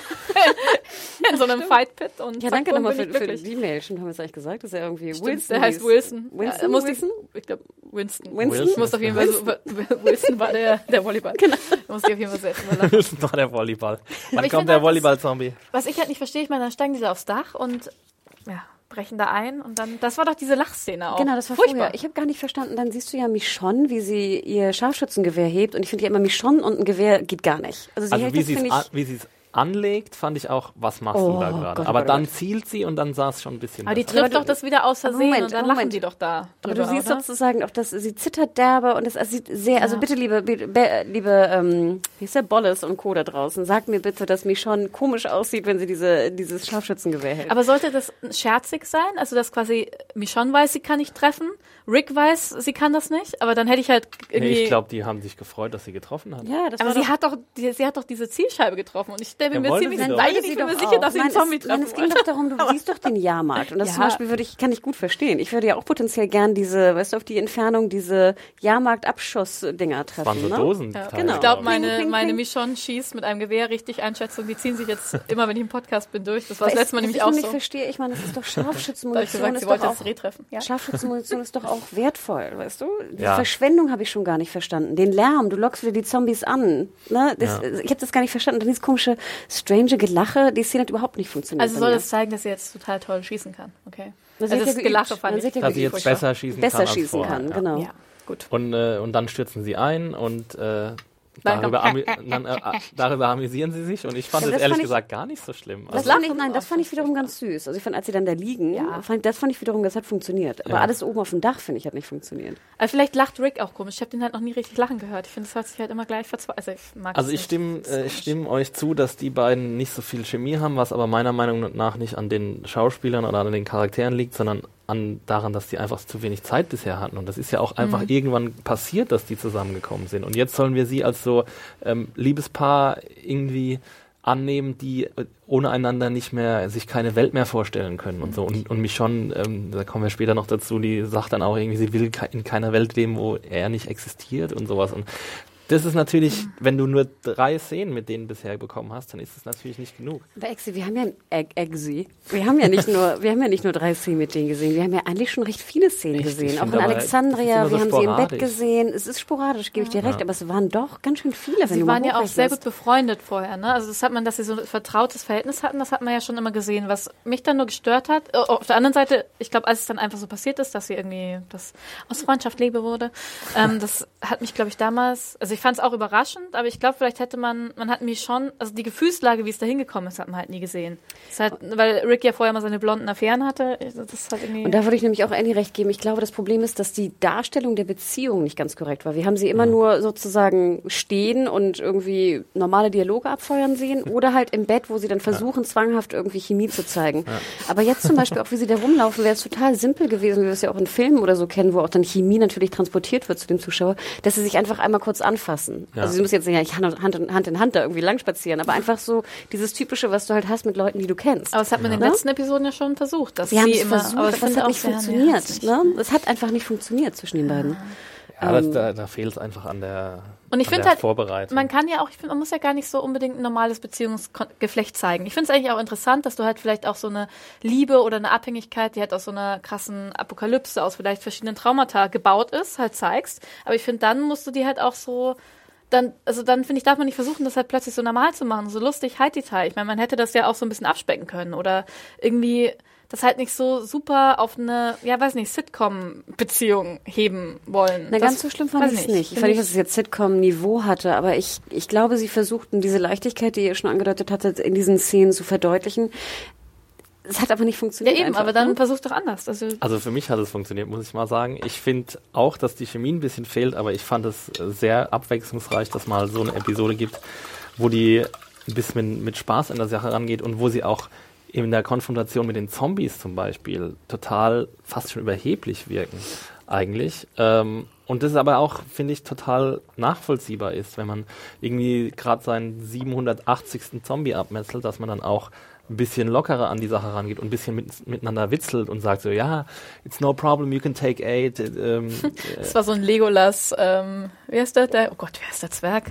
In so einem Fight Pit und Ja, zack, danke bumm, nochmal bin für, ich für glücklich. die E-Mail. Stimmt, haben wir es eigentlich gesagt? Das ist ja irgendwie Stimmt, Wilson. der heißt hieß- Wilson. Winston? Ja, musste Wilson? Ich, ich glaube, Winston. Winston? Ich muss auf jeden Fall so, Wilson war der, der Volleyball. Genau. Da muss ich auf jeden Fall selbst mal lachen. Das ist doch der Volleyball. Wann ich kommt find der halt, das- Volleyball-Zombie? Was ich halt nicht verstehe, ich meine, dann steigen die da aufs Dach und ja, brechen da ein und dann, das war doch diese Lachszene auch. Genau, das war furchtbar. früher. Ich habe gar nicht verstanden. Dann siehst du ja Michonne, wie sie ihr Scharfschützengewehr hebt. Und ich finde ja immer, Michonne und ein Gewehr geht gar nicht. Also sie Also hält wie das, sie finde es ich... an- wie sie es anlegt, fand ich auch, was machst Oh du da gerade? Gott, Aber oh Gott, dann oh Gott. zielt sie und dann sah es schon ein bisschen Aber die besser. trifft Ja, doch das wieder aus Versehen Moment, und dann Moment. lachen die doch da. Aber drüber, du siehst oder? sozusagen auch, dass sie zittert derbe und es also sieht sehr, also Ja. bitte liebe, be- be- liebe, ähm, wie ist der Bolles und Co. da draußen, sag mir bitte, dass Michonne komisch aussieht, wenn sie diese, dieses Scharfschützengewehr hält. Aber sollte das scherzig sein? Also, dass quasi Michonne weiß, sie kann nicht treffen, Rick weiß, sie kann das nicht, aber dann hätte ich halt irgendwie... Nee, ich glaube, die haben sich gefreut, dass sie getroffen hat. ja, das aber war sie doch, hat doch, die, sie hat doch diese Zielscheibe getroffen und ich bin Ja, mir wollte ziemlich sie doch. sicher, Wollte ich sie bin mir doch sicher, auch. dass sie einen Nein, Zombie es, nein, treffen es ging doch darum, du siehst doch den Jahrmarkt. Und das Ja. zum Beispiel würde ich, kann ich gut verstehen. Ich würde ja auch potenziell gern diese, weißt du, auf die Entfernung diese Jahrmarkt-Abschuss-Dinger Das treffen. waren so ne? Dosen. Ja. Genau. Ich glaube, Pling, meine, pling, meine pling. Michonne schießt mit einem Gewehr richtig Einschätzung. Die ziehen sich jetzt immer, wenn ich im Podcast bin, durch. Das war Weil das letzte Mal was nämlich ich auch noch nicht so. verstehe, ich meine, das ist doch Da habe ich Scharfschützenmunition. gesagt, ist sie doch wollte auch, das Reh treffen. Ja. Scharfschützenmunition ist doch auch wertvoll, weißt du? Die Ja. Verschwendung habe ich schon gar nicht verstanden. Den Lärm, du lockst wieder die Zombies an. Ne? Das, Ja. Ich habe das gar nicht verstanden. Dann dieses komische, strange Gelache, die Szene hat überhaupt nicht funktioniert. Also bei soll mir. das zeigen, dass sie jetzt total toll schießen kann. Okay. Man Also sieht das ja Gelache geübt. fand Man ich sieht ja Dass sie jetzt furchtbar. besser schießen besser kann als schießen vorher, kann, ja. genau. Ja, gut. Und, äh, und dann stürzen sie ein und äh, Nein, darüber, komm. ami dann, äh, äh, darüber amüsieren sie sich und ich fand Ja, es das ehrlich fand ich- gesagt gar nicht so schlimm. Das Also, fand ich, Lachen nein, das auch fand ich schon wiederum ganz süß. Also ich fand, als sie dann da liegen, Ja. fand, das fand ich wiederum, das hat funktioniert. Aber Ja. alles oben auf dem Dach, finde ich, hat nicht funktioniert. Aber vielleicht lacht Rick auch komisch. Ich habe den halt noch nie richtig lachen gehört. Ich finde, das hört sich halt immer gleich verzweifelt. Also ich mag also das ich nicht. stimme, Das ist äh, ich komisch. stimme euch zu, dass die beiden nicht so viel Chemie haben, was aber meiner Meinung nach nicht an den Schauspielern oder an den Charakteren liegt, sondern an daran, dass die einfach zu wenig Zeit bisher hatten. Und das ist ja auch einfach Mhm. irgendwann passiert, dass die zusammengekommen sind. Und jetzt sollen wir sie als so ähm, Liebespaar irgendwie annehmen, die äh, ohne einander nicht mehr, sich keine Welt mehr vorstellen können und so. Und, und Michonne, ähm, da kommen wir später noch dazu, die sagt dann auch irgendwie, sie will ke in keiner Welt leben, wo er nicht existiert und sowas. Und Das ist natürlich, wenn du nur drei Szenen mit denen bisher bekommen hast, dann ist es natürlich nicht genug. Aber Exi, wir haben ja Egg, Eggsy. Wir haben ja nicht nur, wir haben ja nicht nur drei Szenen mit denen gesehen. Wir haben ja eigentlich schon recht viele Szenen Echt? gesehen. Ich Auch in finde aber, Alexandria, das ist immer wir so haben sie im Bett sporadisch. gesehen. Es ist sporadisch, gebe ich dir recht, Ja. aber es waren doch ganz schön viele, wenn Sie du waren mal ja auch sehr gut hochrechnest. befreundet vorher, ne? Also das hat man, dass sie so ein vertrautes Verhältnis hatten, das hat man ja schon immer gesehen. Was mich dann nur gestört hat, äh, auf der anderen Seite, ich glaube, als es dann einfach so passiert ist, dass sie irgendwie das aus Freundschaft Liebe wurde, ähm, das hat mich, glaube ich, damals, also ich fand es auch überraschend, aber ich glaube, vielleicht hätte man, man hat mich schon, also die Gefühlslage, wie es da hingekommen ist, hat man halt nie gesehen. Das ist halt, weil Rick ja vorher mal seine blonden Affären hatte, das ist halt irgendwie... Und da würde ich nämlich auch Annie recht geben. Ich glaube, das Problem ist, dass die Darstellung der Beziehung nicht ganz korrekt war. Wir haben sie immer Mhm. nur sozusagen stehen und irgendwie normale Dialoge abfeuern sehen oder halt im Bett, wo sie dann versuchen, zwanghaft irgendwie Chemie zu zeigen. Aber jetzt zum Beispiel auch, wie sie da rumlaufen, wäre es total simpel gewesen, wie wir es ja auch in Filmen oder so kennen, wo auch dann Chemie natürlich transportiert wird zu dem Zuschauer, dass sie sich einfach einmal kurz anfassen. Ja. Also sie müssen jetzt ja nicht Hand, Hand, in- Hand in Hand da irgendwie lang spazieren, aber einfach so dieses Typische, was du halt hast mit Leuten, die du kennst. Aber es hat man in den Ja. letzten Episoden ja schon versucht, dass Sie haben sie es immer, versucht, aber aber ich es finde hat auch nicht sehr- funktioniert. nee, hat's nicht. Ne? Es hat einfach nicht funktioniert zwischen den beiden. Ja, das, da, da fehlt es einfach an der, Und ich an finde der halt, Vorbereitung. man kann ja auch, ich finde, man muss ja gar nicht so unbedingt ein normales Beziehungsgeflecht zeigen. Ich finde es eigentlich auch interessant, dass du halt vielleicht auch so eine Liebe oder eine Abhängigkeit, die halt aus so einer krassen Apokalypse, aus vielleicht verschiedenen Traumata gebaut ist, halt zeigst. Aber ich finde, dann musst du die halt auch so, dann, also dann finde ich, darf man nicht versuchen, das halt plötzlich so normal zu machen, so lustig, Heidi-Tai. Ich meine, man hätte das ja auch so ein bisschen abspecken können oder irgendwie das halt nicht so super auf eine, ja, weiß nicht, Sitcom-Beziehung heben wollen. Na, das, ganz so schlimm fand weiß ich es nicht. nicht. Ich Find fand nicht, dass es jetzt Sitcom-Niveau hatte, aber ich, ich glaube, sie versuchten diese Leichtigkeit, die ihr schon angedeutet hattet, in diesen Szenen zu verdeutlichen. Es hat aber nicht Ja, funktioniert. eben, einfach, aber dann ne? versuch doch anders. Also, Also für mich hat es funktioniert, muss ich mal sagen. Ich finde auch, dass die Chemie ein bisschen fehlt, aber ich fand es äh, sehr abwechslungsreich, dass mal so eine Episode gibt, wo die ein bisschen mit, mit Spaß an der Sache rangeht und wo sie auch in der Konfrontation mit den Zombies zum Beispiel total fast schon überheblich wirken eigentlich. Ähm, und das aber auch, finde ich, total nachvollziehbar ist, wenn man irgendwie gerade seinen siebenhundertachtzigsten Zombie abmetzelt, dass man dann auch ein bisschen lockerer an die Sache rangeht und ein bisschen mit, miteinander witzelt und sagt so, ja, it's no problem, you can take eight. Ähm, das war so ein Legolas, ähm, wie heißt der? der? Oh Gott, wer ist der Zwerg?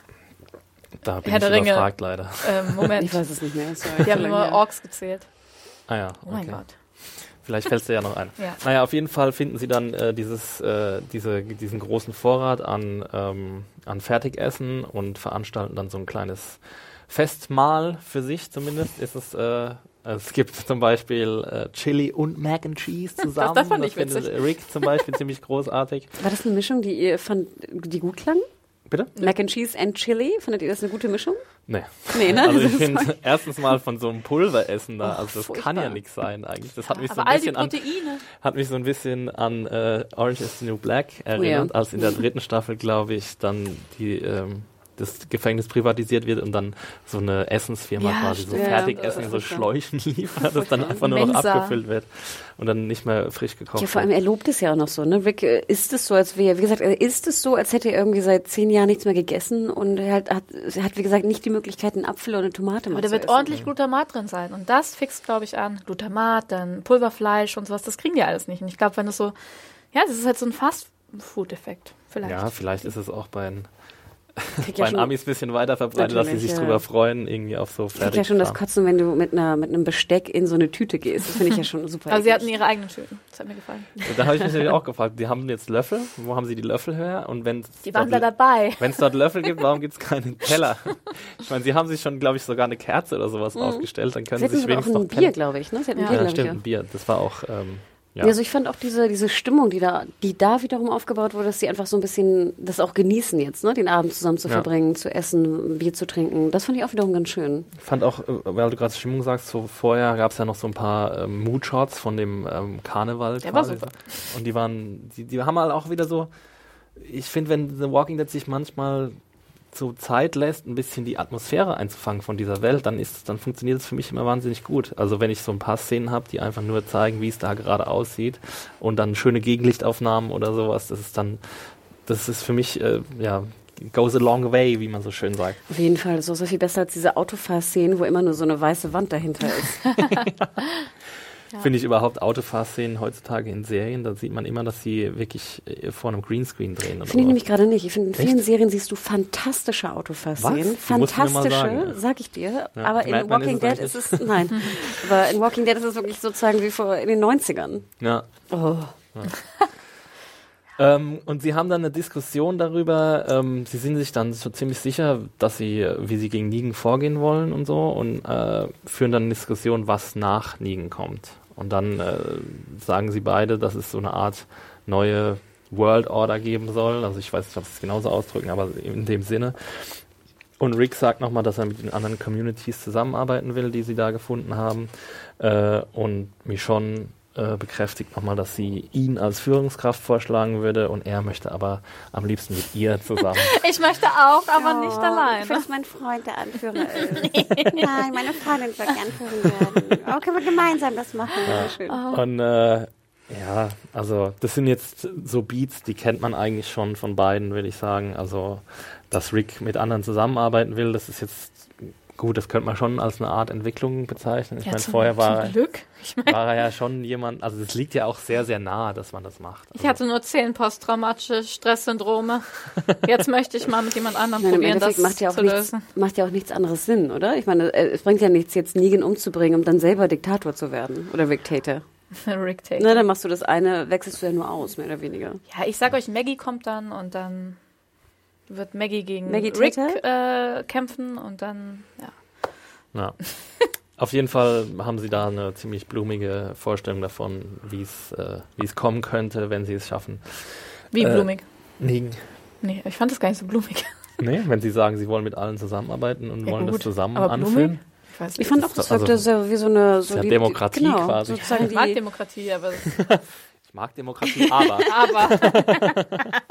da bin Herr ich der Ringe. überfragt leider. Ähm, Moment, Ich weiß es nicht mehr. Sorry. die haben immer Orks gezählt. Ah ja, Oh mein okay. Gott. Vielleicht fällt es dir ja noch ein. Ja. Naja, auf jeden Fall finden sie dann äh, dieses, äh, diese, diesen großen Vorrat an, ähm, an Fertigessen und veranstalten dann so ein kleines Festmahl für sich zumindest. Ist es, äh, es gibt zum Beispiel äh, Chili und Mac and Cheese zusammen. das fand ich findet witzig. Rick zum Beispiel ziemlich großartig. War das eine Mischung, die ihr fand, die gut klang? Bitte? Mac and Cheese and Chili? Fandet ihr das eine gute Mischung? Nee. Nee, ne? Also ich Das ist finde voll- erstens mal von so einem Pulveressen da, Oh, also das furchtbar. kann ja nichts sein eigentlich. Das hat mich so Aber ein all die bisschen an, Proteine. hat mich so ein bisschen an äh, Orange is the New Black erinnert, ja. als in der dritten Staffel, glaube ich, dann die ähm, das Gefängnis privatisiert wird und dann so eine Essensfirma Ja, quasi so stimmt. Fertigessen, Ja, so furchtbar. Schläuchen liefert, das dann einfach nur noch Mensa. abgefüllt wird und dann nicht mehr frisch gekocht Ja, vor allem, wird. er lobt es ja auch noch so, ne? Rick, äh, ist es so, als wäre, wie gesagt, er ist es so, als hätte er irgendwie seit zehn Jahren nichts mehr gegessen und er hat, hat, er hat wie gesagt, nicht die Möglichkeit, einen Apfel oder eine Tomate mal Aber da zu wird essen. ordentlich Glutamat drin sein. Und das fixt, glaube ich, an. Glutamat, dann Pulverfleisch und sowas. Das kriegen die alles nicht. Und ich glaube, wenn das so, ja, das ist halt so ein Fast-Food-Effekt. Vielleicht. Ja, vielleicht ist es auch bei den, Kriegt ja bei den schon- Amis ein bisschen weiter verbreitet, dass sie Natürlich, sich ja. drüber freuen, irgendwie auf so Ich krieg ja schon das Fertigkram. Kotzen, wenn du mit einer mit einem Besteck in so eine Tüte gehst. Das finde ich ja schon super. Aber sie eklig. hatten ihre eigenen Tüten. Das hat mir gefallen. Da habe ich mich natürlich auch gefragt, die haben jetzt Löffel, wo haben sie die Löffel her? Und wenn Die waren da dabei. Wenn es dort Löffel gibt, warum gibt es keinen Teller? Ich meine, sie haben sich schon, glaube ich, sogar eine Kerze oder sowas aufgestellt, dann können Sie sie hatten sich sogar auch wenigstens ein noch Bier, pennen. glaube ich, ne? Sie hatten Ja. ein Bier, Ja, glaube ich, stimmt, ja. ein Bier. Das war auch, ähm, ja. Ja, also ich fand auch diese, diese Stimmung, die da, die da wiederum aufgebaut wurde, dass sie einfach so ein bisschen das auch genießen jetzt, ne? Den Abend zusammen zu Ja. verbringen, zu essen, Bier zu trinken. Das fand ich auch wiederum ganz schön. Ich fand auch, äh, weil du gerade Stimmung sagst, so vorher gab es ja noch so ein paar ähm, Mood-Shots von dem ähm, Karneval. Der war quasi. super. Und die waren, die, die haben halt auch wieder so, ich finde, wenn The Walking Dead sich manchmal so Zeit lässt, ein bisschen die Atmosphäre einzufangen von dieser Welt, dann ist, dann funktioniert es für mich immer wahnsinnig gut. Also wenn ich so ein paar Szenen habe, die einfach nur zeigen, wie es da gerade aussieht und dann schöne Gegenlichtaufnahmen oder sowas, das ist dann, das ist für mich, äh, ja, goes a long way, wie man so schön sagt. Auf jeden Fall, so so viel besser als diese Autofahrszenen, wo immer nur so eine weiße Wand dahinter ist. Ja. Finde ich überhaupt Autofahrszenen heutzutage in Serien, da sieht man immer, dass sie wirklich äh, vor einem Greenscreen drehen. Finde ich nämlich gerade nicht. Ich finde, in vielen Echt? Serien siehst du fantastische Autofahrszenen. Fantastische, sag ich dir. Ja, aber in Walking Dead ist es, nein. Aber in Walking Dead ist es wirklich sozusagen wie vor in den neunzigern. Ja. Oh. Ja. Ähm, und sie haben dann eine Diskussion darüber, ähm, sie sind sich dann so ziemlich sicher, dass sie, wie sie gegen Negan vorgehen wollen und so und äh, führen dann eine Diskussion, was nach Negan kommt. Und dann äh, sagen sie beide, dass es so eine Art neue World Order geben soll. Also ich weiß nicht, ob sie es genauso ausdrücken, aber in dem Sinne. Und Rick sagt nochmal, dass er mit den anderen Communities zusammenarbeiten will, die sie da gefunden haben. Äh, und Michonne Äh, bekräftigt nochmal, dass sie ihn als Führungskraft vorschlagen würde und er möchte aber am liebsten mit ihr zusammen. Ich möchte auch, aber oh, nicht allein. Ich will, dass mein Freund der Anführer ist. Nein, meine Freundin wird anführen werden. Oh, können wir gemeinsam das machen? Ja. Schön. Oh. Und äh, ja, also das sind jetzt so Beats, die kennt man eigentlich schon von beiden, würde ich sagen. Also, dass Rick mit anderen zusammenarbeiten will, das ist jetzt gut, das könnte man schon als eine Art Entwicklung bezeichnen. Ich ja, meine, zum, vorher war, zum Glück. Ich mein, war er ja schon jemand, also das liegt ja auch sehr, sehr nahe, dass man das macht. Also ich hatte nur zehn posttraumatische Stresssyndrome. Jetzt möchte ich mal mit jemand anderem Nein, probieren, das macht ja auch zu nichts, lösen. Macht ja auch nichts anderes Sinn, oder? Ich meine, es bringt ja nichts, jetzt Negan umzubringen, um dann selber Diktator zu werden. Oder Dictator. Dictator. Na, dann machst du das eine, wechselst du ja nur aus, mehr oder weniger. Ja, ich sag euch, Maggie kommt dann und dann wird Maggie gegen Maggie Rick äh, kämpfen und dann, ja. Ja. Auf jeden Fall haben sie da eine ziemlich blumige Vorstellung davon, wie es äh, wie es kommen könnte, wenn sie es schaffen. Wie äh, blumig? Nee. Nee, ich fand das gar nicht so blumig. Nee, wenn sie sagen, sie wollen mit allen zusammenarbeiten und ja, wollen gut. das zusammen aber anführen. Ich, weiß nicht. Ich fand auch, das wirkte also, so wie so eine... So ja die, Demokratie genau, quasi. Sozusagen ich mag Demokratie, aber... ich mag Demokratie, aber... aber...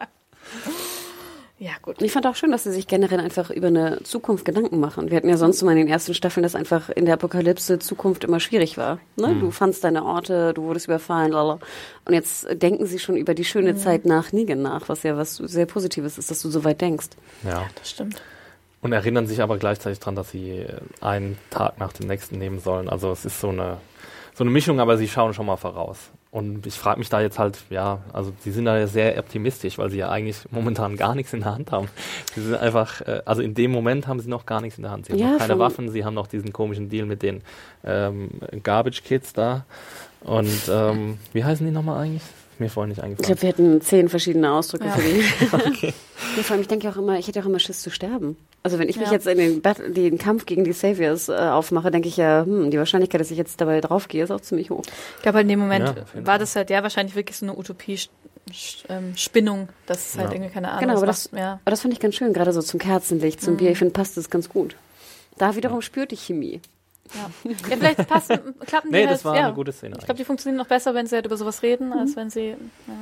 Ja, gut. Ich fand auch schön, dass sie sich generell einfach über eine Zukunft Gedanken machen. Wir hatten ja sonst immer in den ersten Staffeln, dass einfach in der Apokalypse Zukunft immer schwierig war. Ne? Mhm. Du fandst deine Orte, du wurdest überfallen, lala. Und jetzt denken sie schon über die schöne mhm. Zeit nach Negan nach, was ja was sehr Positives ist, dass du so weit denkst. Ja, ja, das stimmt. Und erinnern sich aber gleichzeitig daran, dass sie einen Tag nach dem nächsten nehmen sollen. Also es ist so eine, so eine Mischung, aber sie schauen schon mal voraus. Und ich frage mich da jetzt halt, ja, also sie sind da ja sehr optimistisch, weil sie ja eigentlich momentan gar nichts in der Hand haben. Sie sind einfach, äh, also in dem Moment haben sie noch gar nichts in der Hand. Sie haben ja, noch keine Waffen, sie haben noch diesen komischen Deal mit den ähm, Garbage Kids da. Und ähm, wie heißen die nochmal eigentlich? Mir vorhin nicht eingefallen. Ich glaube, wir hätten zehn verschiedene Ausdrücke ja. für die. Okay. Ja, vor allem, ich denke auch immer, ich hätte auch immer Schiss zu sterben. Also wenn ich ja. mich jetzt in den, Bat- den Kampf gegen die Saviors äh, aufmache, denke ich ja, hm, die Wahrscheinlichkeit, dass ich jetzt dabei draufgehe, ist auch ziemlich hoch. Ich glaube, halt in dem Moment ja, war das halt ja wahrscheinlich wirklich so eine Utopie-Spinnung, dass es halt ja. irgendwie keine Ahnung Genau, aber macht. das, Ja. aber das fand ich ganz schön, gerade so zum Kerzenlicht, zum mhm. Bier. Ich finde, passt das ganz gut. Da wiederum spürt die Chemie. Ja. ja, vielleicht passen, klappen die Nee, halt, das war ja. eine gute Szene. Ich glaube, die funktionieren noch besser, wenn sie halt über sowas reden, mhm. als wenn sie, ja.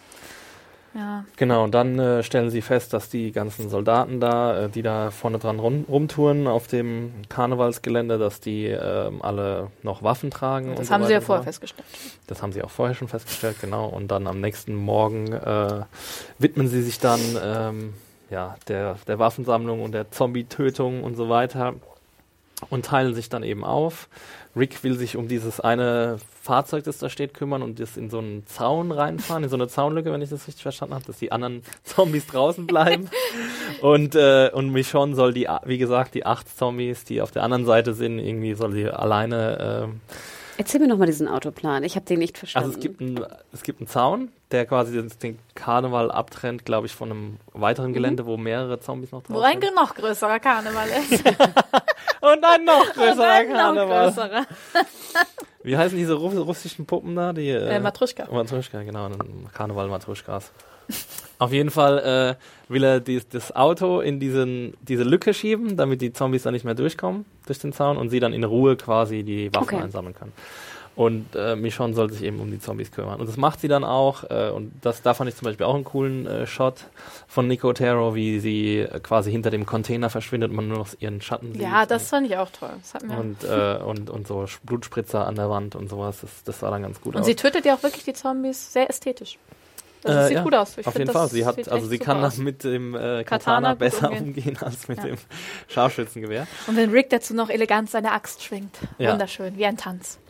ja. Genau, und dann äh, stellen sie fest, dass die ganzen Soldaten da, äh, die da vorne dran rum, rumtouren auf dem Karnevalsgelände, dass die äh, alle noch Waffen tragen. Das und so haben sie ja weiter vorher und so. festgestellt. Das haben sie auch vorher schon festgestellt, genau. Und dann am nächsten Morgen äh, widmen sie sich dann ähm, ja, der, der Waffensammlung und der Zombie-Tötung und so weiter. Und teilen sich dann eben auf. Rick will sich um dieses eine Fahrzeug, das da steht, kümmern und das in so einen Zaun reinfahren, in so eine Zaunlücke, wenn ich das richtig verstanden habe, dass die anderen Zombies draußen bleiben. und äh, und Michonne soll die, wie gesagt, die acht Zombies, die auf der anderen Seite sind, irgendwie soll sie alleine... Äh, Erzähl mir nochmal diesen Autoplan, ich habe den nicht verstanden. Also es gibt, ein, es gibt einen Zaun, der quasi den, den Karneval abtrennt, glaube ich, von einem weiteren Gelände, mhm. wo mehrere Zombies noch drauf Wo ein sind. noch größerer Karneval ist. Und ein noch größerer Und ein Karneval. Noch größerer. Wie heißen diese Russ- russischen Puppen da? Die, äh, äh, Matruschka. Matruschka, genau. Karneval Matruschkas. Auf jeden Fall äh, will er dies, das Auto in diesen, diese Lücke schieben, damit die Zombies da nicht mehr durchkommen, durch den Zaun, und sie dann in Ruhe quasi die Waffen okay. einsammeln kann. Und äh, Michonne soll sich eben um die Zombies kümmern. Und das macht sie dann auch. Äh, und das, da fand ich zum Beispiel auch einen coolen äh, Shot von Nico Taro, wie sie äh, quasi hinter dem Container verschwindet und man nur noch ihren Schatten sieht. Ja, das fand ich auch toll. Das hat mir und, äh, und, und so Blutspritzer an der Wand und sowas. Das, das sah dann ganz gut und aus. sie tötet ja auch wirklich die Zombies sehr ästhetisch. Also Äh, sieht ja, gut aus. Ich auf find, jeden das Fall. Sie hat, sieht also echt sie super kann aus. das mit dem äh, Katana, Katana gut besser umgehen. umgehen als mit Ja. dem Scharfschützengewehr. Und wenn Rick dazu noch elegant seine Axt schwingt. Ja. Wunderschön, wie ein Tanz.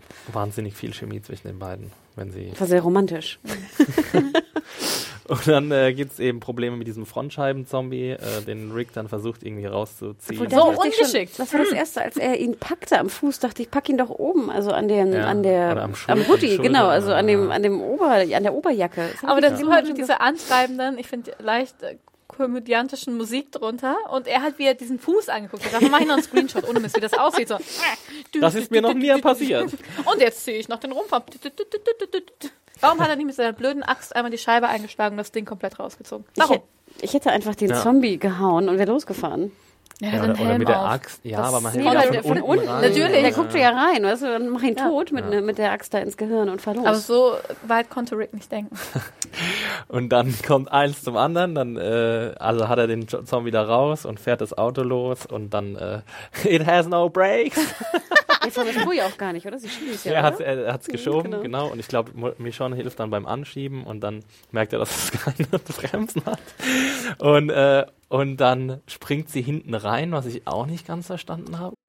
wahnsinnig viel Chemie zwischen den beiden, wenn sie. Das war sehr romantisch. Und dann äh, gibt es eben Probleme mit diesem Frontscheiben-Zombie, äh, den Rick dann versucht irgendwie rauszuziehen. So ungeschickt. Schon, das war das Erste, als er ihn packte am Fuß, dachte ich, pack ihn doch oben, also an dem, ja, an der, am, am Hoodie, genau, also an dem, an dem Ober, an der Oberjacke. Aber dann sind halt diese anschreibenden, ich finde, leicht äh, komödiantischen Musik drunter und er hat wieder diesen Fuß angeguckt. Er sagt, mach ich noch einen Screenshot, ohne Mist, wie das aussieht. So. Das ist mir noch nie passiert. Und jetzt ziehe ich noch den Rumpf ab. Warum hat er nicht mit seiner blöden Axt einmal die Scheibe eingeschlagen und das Ding komplett rausgezogen? Warum? Ich, ich hätte einfach den ja. Zombie gehauen und wäre losgefahren. Ja, ja, oder, oder mit der auf. Axt. Ja, das aber man nee, hätte ja von, von, von unten, unten. rein. Natürlich, der ja. guckt ja rein, weißt du, dann mach ihn ja. tot mit, ja. ne, mit der Axt da ins Gehirn und fahr los. Aber so weit konnte Rick nicht denken. Und dann kommt eins zum anderen, dann äh, also hat er den Zombie da raus und fährt das Auto los und dann äh, it has no brakes. Jetzt war das Spur ja auch gar nicht, oder? Sie schieben es ja, Er oder? hat es geschoben, genau. genau. Und ich glaube, Michonne hilft dann beim Anschieben und dann merkt er, dass es keine Bremsen hat. Und, äh, und dann springt sie hinten rein, was ich auch nicht ganz verstanden habe.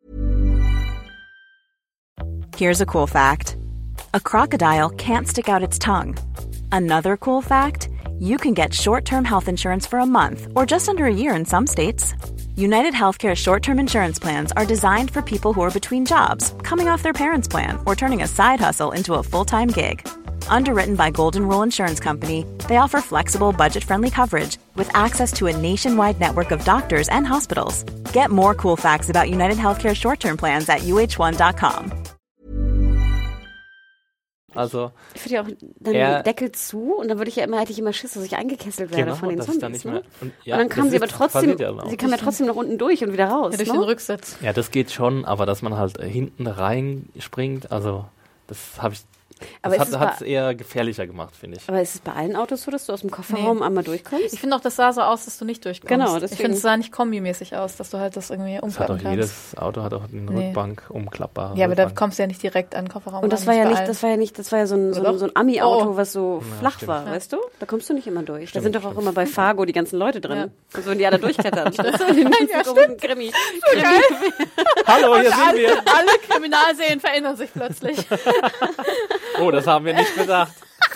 Here's a cool fact. A crocodile can't stick out its tongue. Another cool fact, you can get short-term health insurance for a month or just under a year in some states. United Healthcare short-term insurance plans are designed for people who are between jobs, coming off their parents' plan, or turning a side hustle into a full-time gig. Underwritten by Golden Rule Insurance Company, they offer flexible, budget-friendly coverage with access to a nationwide network of doctors and hospitals. Get more cool facts about United Healthcare short-term plans at U H one dot com. Also, ich würde ja auch dann er, Deckel zu und dann würde ich ja immer, hätte ich immer Schiss, dass ich eingekesselt werde genau, von den das Zombies. Dann nicht ne? mehr, und, ja, und dann kam sie aber trotzdem, ja sie kam ja trotzdem noch unten durch und wieder raus. Ja, durch ne? den Rücksitz. Ja, das geht schon, aber dass man halt hinten reinspringt, also das habe ich. Aber Das hat es eher gefährlicher gemacht, finde ich. Aber ist es bei allen Autos so, dass du aus dem Kofferraum Nee. einmal durchkommst? Ich finde auch, das sah so aus, dass du nicht durchkommst. Genau, Ich deswegen. finde, es sah nicht kombimäßig aus, dass du halt das irgendwie Das hat umklappen doch kannst. jedes Auto hat auch eine Nee. Rückbank umklappbare. Ja, aber da Rückbank. kommst du ja nicht direkt an den Kofferraum. Und das ran, war ja bei nicht, allen. das war ja nicht, das war ja so ein, so Oder? ein, so ein Ami-Auto, Oh. was so Ja, flach stimmt. war, Ja. weißt du? Da kommst du nicht immer durch. Stimmt, da sind doch auch stimmt. immer bei Fargo die ganzen Leute drin. Ja. Und so, wenn die alle durchklettern. Das ist so in den Ja, stimmt. Krimi. Hallo, hier sind alle, wir. alle Kriminalserien verändern sich plötzlich. Oh, das haben wir nicht bedacht.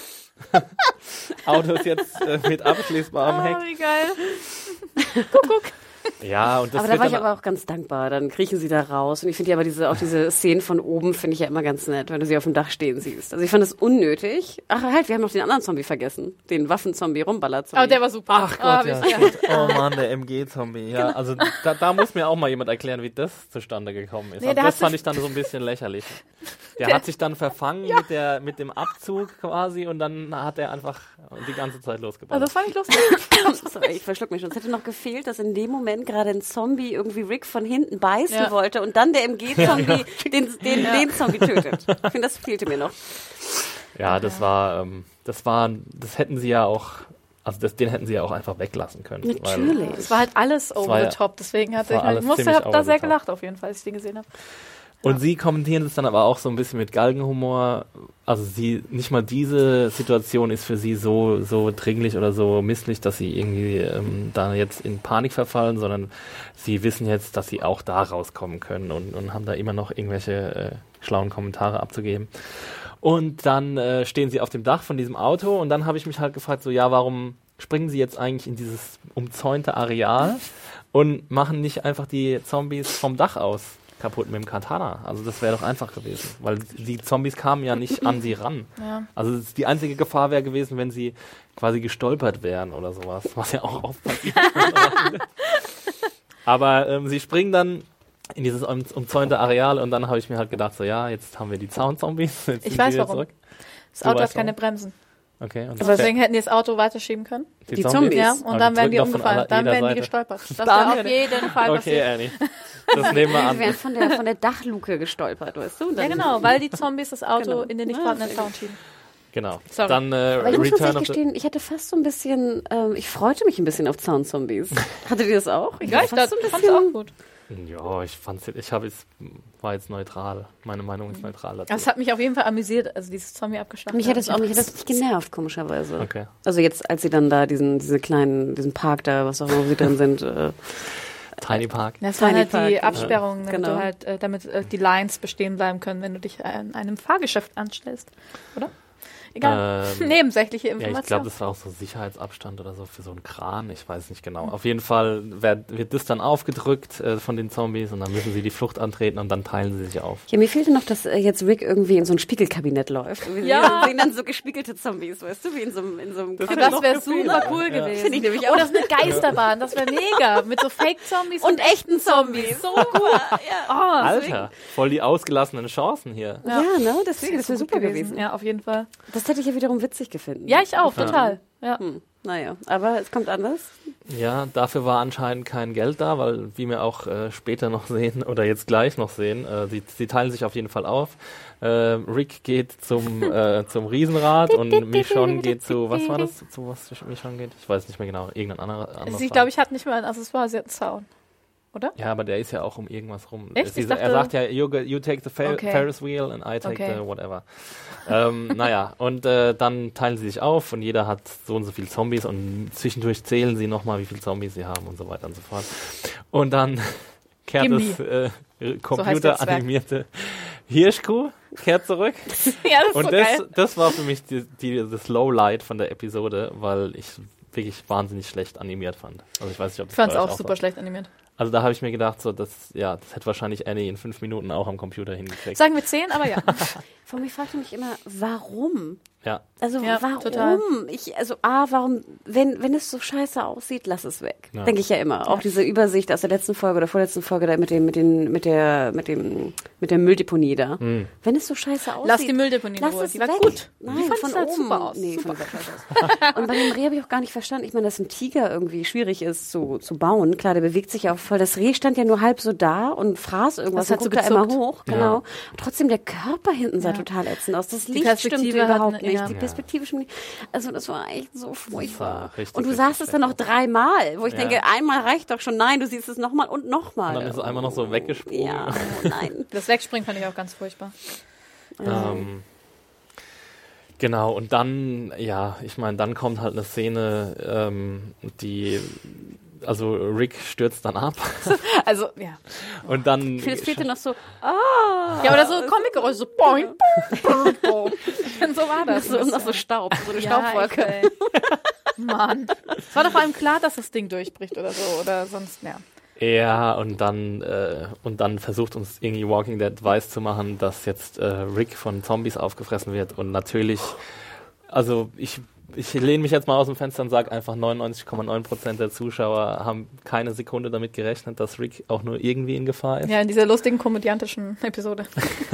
Autos jetzt äh, mit abschließbarem Oh, Heck. wie geil. Guck, guck. Ja, und das Aber da wird war ich dann aber auch ganz dankbar. Dann kriechen sie da raus. Und ich finde ja aber diese, auch diese Szenen von oben finde ich ja immer ganz nett, wenn du sie auf dem Dach stehen siehst. Also ich fand es unnötig. Ach halt, wir haben noch den anderen Zombie vergessen. Den Waffenzombie, Rumballer-Zombie. Aber der war super. Ach Gott, oh, ja, wie- stimmt. Oh Mann, der M G-Zombie. Ja, also da, da muss mir auch mal jemand erklären, wie das zustande gekommen ist. Nee, Also der das hat fand sich- ich dann so ein bisschen lächerlich. Der, Der- hat sich dann verfangen mit, der, mit dem Abzug quasi und dann hat er einfach die ganze Zeit losgebaut. Also das fand ich lustig. Sorry, ich verschluck mich schon. Es hätte noch gefehlt, dass in dem Moment gerade ein Zombie irgendwie Rick von hinten beißen Ja. wollte und dann der M G-Zombie den, den, den Zombie tötet. Ich finde, das fehlte mir noch. ja, das war, ähm, das war, das hätten sie ja auch, also das, den hätten sie ja auch einfach weglassen können. Natürlich. Weil, Es war halt alles over war ja- the top. Deswegen hatte war ich, ich alles musste, ziemlich hab over da the sehr top. gelacht auf jeden Fall, als ich den gesehen habe. Und sie kommentieren es dann aber auch so ein bisschen mit Galgenhumor. Also sie, nicht mal diese Situation ist für sie so, so dringlich oder so misslich, dass sie irgendwie ähm, da jetzt in Panik verfallen, sondern sie wissen jetzt, dass sie auch da rauskommen können und, und haben da immer noch irgendwelche äh, schlauen Kommentare abzugeben. Und dann äh, stehen sie auf dem Dach von diesem Auto und dann habe ich mich halt gefragt, so ja, warum springen sie jetzt eigentlich in dieses umzäunte Areal und machen nicht einfach die Zombies vom Dach aus kaputt mit dem Katana. Also das wäre doch einfach gewesen, weil die Zombies kamen ja nicht an sie ran. Ja. Also das- die einzige Gefahr wäre gewesen, wenn sie quasi gestolpert wären oder sowas, was ja auch oft passiert. Aber ähm, sie springen dann in dieses um, umzäunte Areal und dann habe ich mir halt gedacht, so ja, jetzt haben wir die Zaunzombies. Jetzt Ich sind weiß sie wieder warum. zurück. Das Du Auto hat weißt keine warum. Bremsen. Okay. Und Aber deswegen hätten die das Auto weiterschieben können. die Zombies. Ja, Aber und die dann wären die drücken doch von umgefallen. aller- Dann jeder wären die Seite. gestolpert. Das Dann wäre auf wäre- jeden Fall Okay, passiert. Annie. Das nehmen wir Sie an. wären von der, von der Dachluke gestolpert, weißt du? Und Ja, dann- genau, weil die Zombies das Auto Genau. in den nicht Ja, vorhandenen deswegen. Zaun schieben. Genau. Sorry. Dann äh, Aber ich muss Return tatsächlich of the... gestehen, ich hatte fast so ein bisschen, ähm, ich freute mich ein bisschen auf Zaunzombies. Hattet ihr das auch? Ja, war ich fast glaub, so ein fand's auch gut. Ja, ich fand's, ich habe jetzt, war jetzt neutral. Meine Meinung ist neutral dazu. Aber es hat mich auf jeden Fall amüsiert, also dieses Zombie abgeschlachtet. Mich hat das auch mich hat das nicht genervt, komischerweise. Okay. Also jetzt, als sie dann da diesen, diese kleinen, diesen Park da, was auch immer, wo sie drin sind, äh, Tiny Park. Das waren Tiny halt Park, die ja. Absperrungen, damit, Genau. du halt, äh, damit äh, die Lines bestehen bleiben können, wenn du dich in einem Fahrgeschäft anstellst. Oder? Egal. Ähm, Nebensächliche Ja, Informationen. ich glaube, das war auch so Sicherheitsabstand oder so für so einen Kran. Ich weiß nicht genau. Auf jeden Fall wird, wird das dann aufgedrückt äh, von den Zombies und dann müssen sie die Flucht antreten und dann teilen sie sich auf. Ja, mir fehlte noch, dass äh, jetzt Rick irgendwie in so ein Spiegelkabinett läuft. Und wir Ja. sehen dann so gespiegelte Zombies, weißt du, wie in so einem, in so einem das wäre super cool Ja. gewesen. Finde ich nämlich Oder auch. so eine Geisterbahn, das wäre mega. Mit so Fake-Zombies Und echten Zombies. So cool. Oh, Alter, voll die ausgelassenen Chancen hier. Ja, ne, deswegen, das wäre super gewesen. Ja, auf jeden Fall. Das hätte ich ja wiederum witzig gefunden. Ja, ich auch, total. Ja. Hm, naja, aber es kommt anders. Ja, dafür war anscheinend kein Geld da, weil, wie wir auch äh, später noch sehen oder jetzt gleich noch sehen, äh, sie, sie teilen sich auf jeden Fall auf. Äh, Rick geht zum, äh, zum Riesenrad und Michonne geht zu, was war das, zu was Michonne geht? Ich weiß nicht mehr genau, irgendein anderer. anderes Sie, Rad. glaube ich, hat nicht mal ein Accessoire, sie hat einen Zaun. Oder? Ja, aber der ist ja auch um irgendwas rum. Echt? Es Ich ist, dachte- er sagt ja, you, go- you take the fer Okay. Ferris wheel and I take Okay. the whatever. ähm, naja, und äh, dann teilen sie sich auf und jeder hat so und so viele Zombies und zwischendurch zählen sie nochmal, wie viele Zombies sie haben und so weiter und so fort. Und dann kehrt Gimli. das äh, So heißt der Zwerg. computeranimierte Hirschkuh kehrt zurück. Ja, das ist Und so das, geil. das war für mich die, die, das Lowlight von der Episode, weil ich wirklich wahnsinnig schlecht animiert fand. Also ich weiß nicht, ob das Ich fand es bei euch auch super war. schlecht animiert. Also da habe ich mir gedacht, so das, ja, das hätte wahrscheinlich Annie in fünf Minuten auch am Computer hingekriegt. Sagen wir zehn, aber ja. Von mir fragte mich immer, warum? Ja, Also Ja, warum? total. Ich, also A, warum, wenn, wenn es so scheiße aussieht, lass es weg. Ja. Denke ich ja immer. Auch diese Übersicht aus der letzten Folge oder vorletzten Folge da mit dem, mit den, mit der, mit dem, mit der Mülldeponie da. Hm. Wenn es so scheiße aussieht. Lass die Mülldeponie in lass Ruhe. es Die war weg. gut. Nein, Die fand von es halt oben. super aus. Nee, Super. von der scheiße aus. Und bei dem Reh habe ich auch gar nicht verstanden. Ich meine, dass ein Tiger irgendwie schwierig ist zu, zu bauen. Klar, der bewegt sich ja auch voll. Das Reh stand ja nur halb so da und fraß irgendwas. Das hat und so guckt da immer gezuckt. hoch. Genau. Trotzdem, der Körper hinten sah Ja. total ätzend aus. Das Die Licht stimmte Perspektive hat überhaupt eine- nicht. ja. Die Ja. Perspektive stimmt nicht. Also das war echt so furchtbar. richtig, Und du richtig sahst es dann noch schlecht. dreimal, wo ich Ja. denke, einmal reicht doch schon. Nein, du siehst es nochmal und nochmal. und dann ist es einfach noch so weggesprungen. Ja, oh nein. Das Wegspringen fand ich auch ganz furchtbar. Ähm, genau, und dann, ja, ich meine, dann kommt halt eine Szene, ähm, die, also Rick stürzt dann ab Also, ja. und dann... Ich finde, es fehlte noch so, ah. Ja, oder so Comic-Geräusche, so boing, boing, boing. Und so war das. So, noch so Staub, so eine Ja, Staubwolke. echt, ey. Mann. Es war doch vor allem klar, dass das Ding durchbricht oder so. Oder sonst, ja. Ja, und dann, äh, und dann versucht uns irgendwie Walking Dead weiß zu machen, dass jetzt äh, Rick von Zombies aufgefressen wird. Und natürlich, also ich, ich lehne mich jetzt mal aus dem Fenster und sage einfach, neunundneunzig Komma neun Prozent der Zuschauer haben keine Sekunde damit gerechnet, dass Rick auch nur irgendwie in Gefahr ist. Ja, in dieser lustigen, komödiantischen Episode.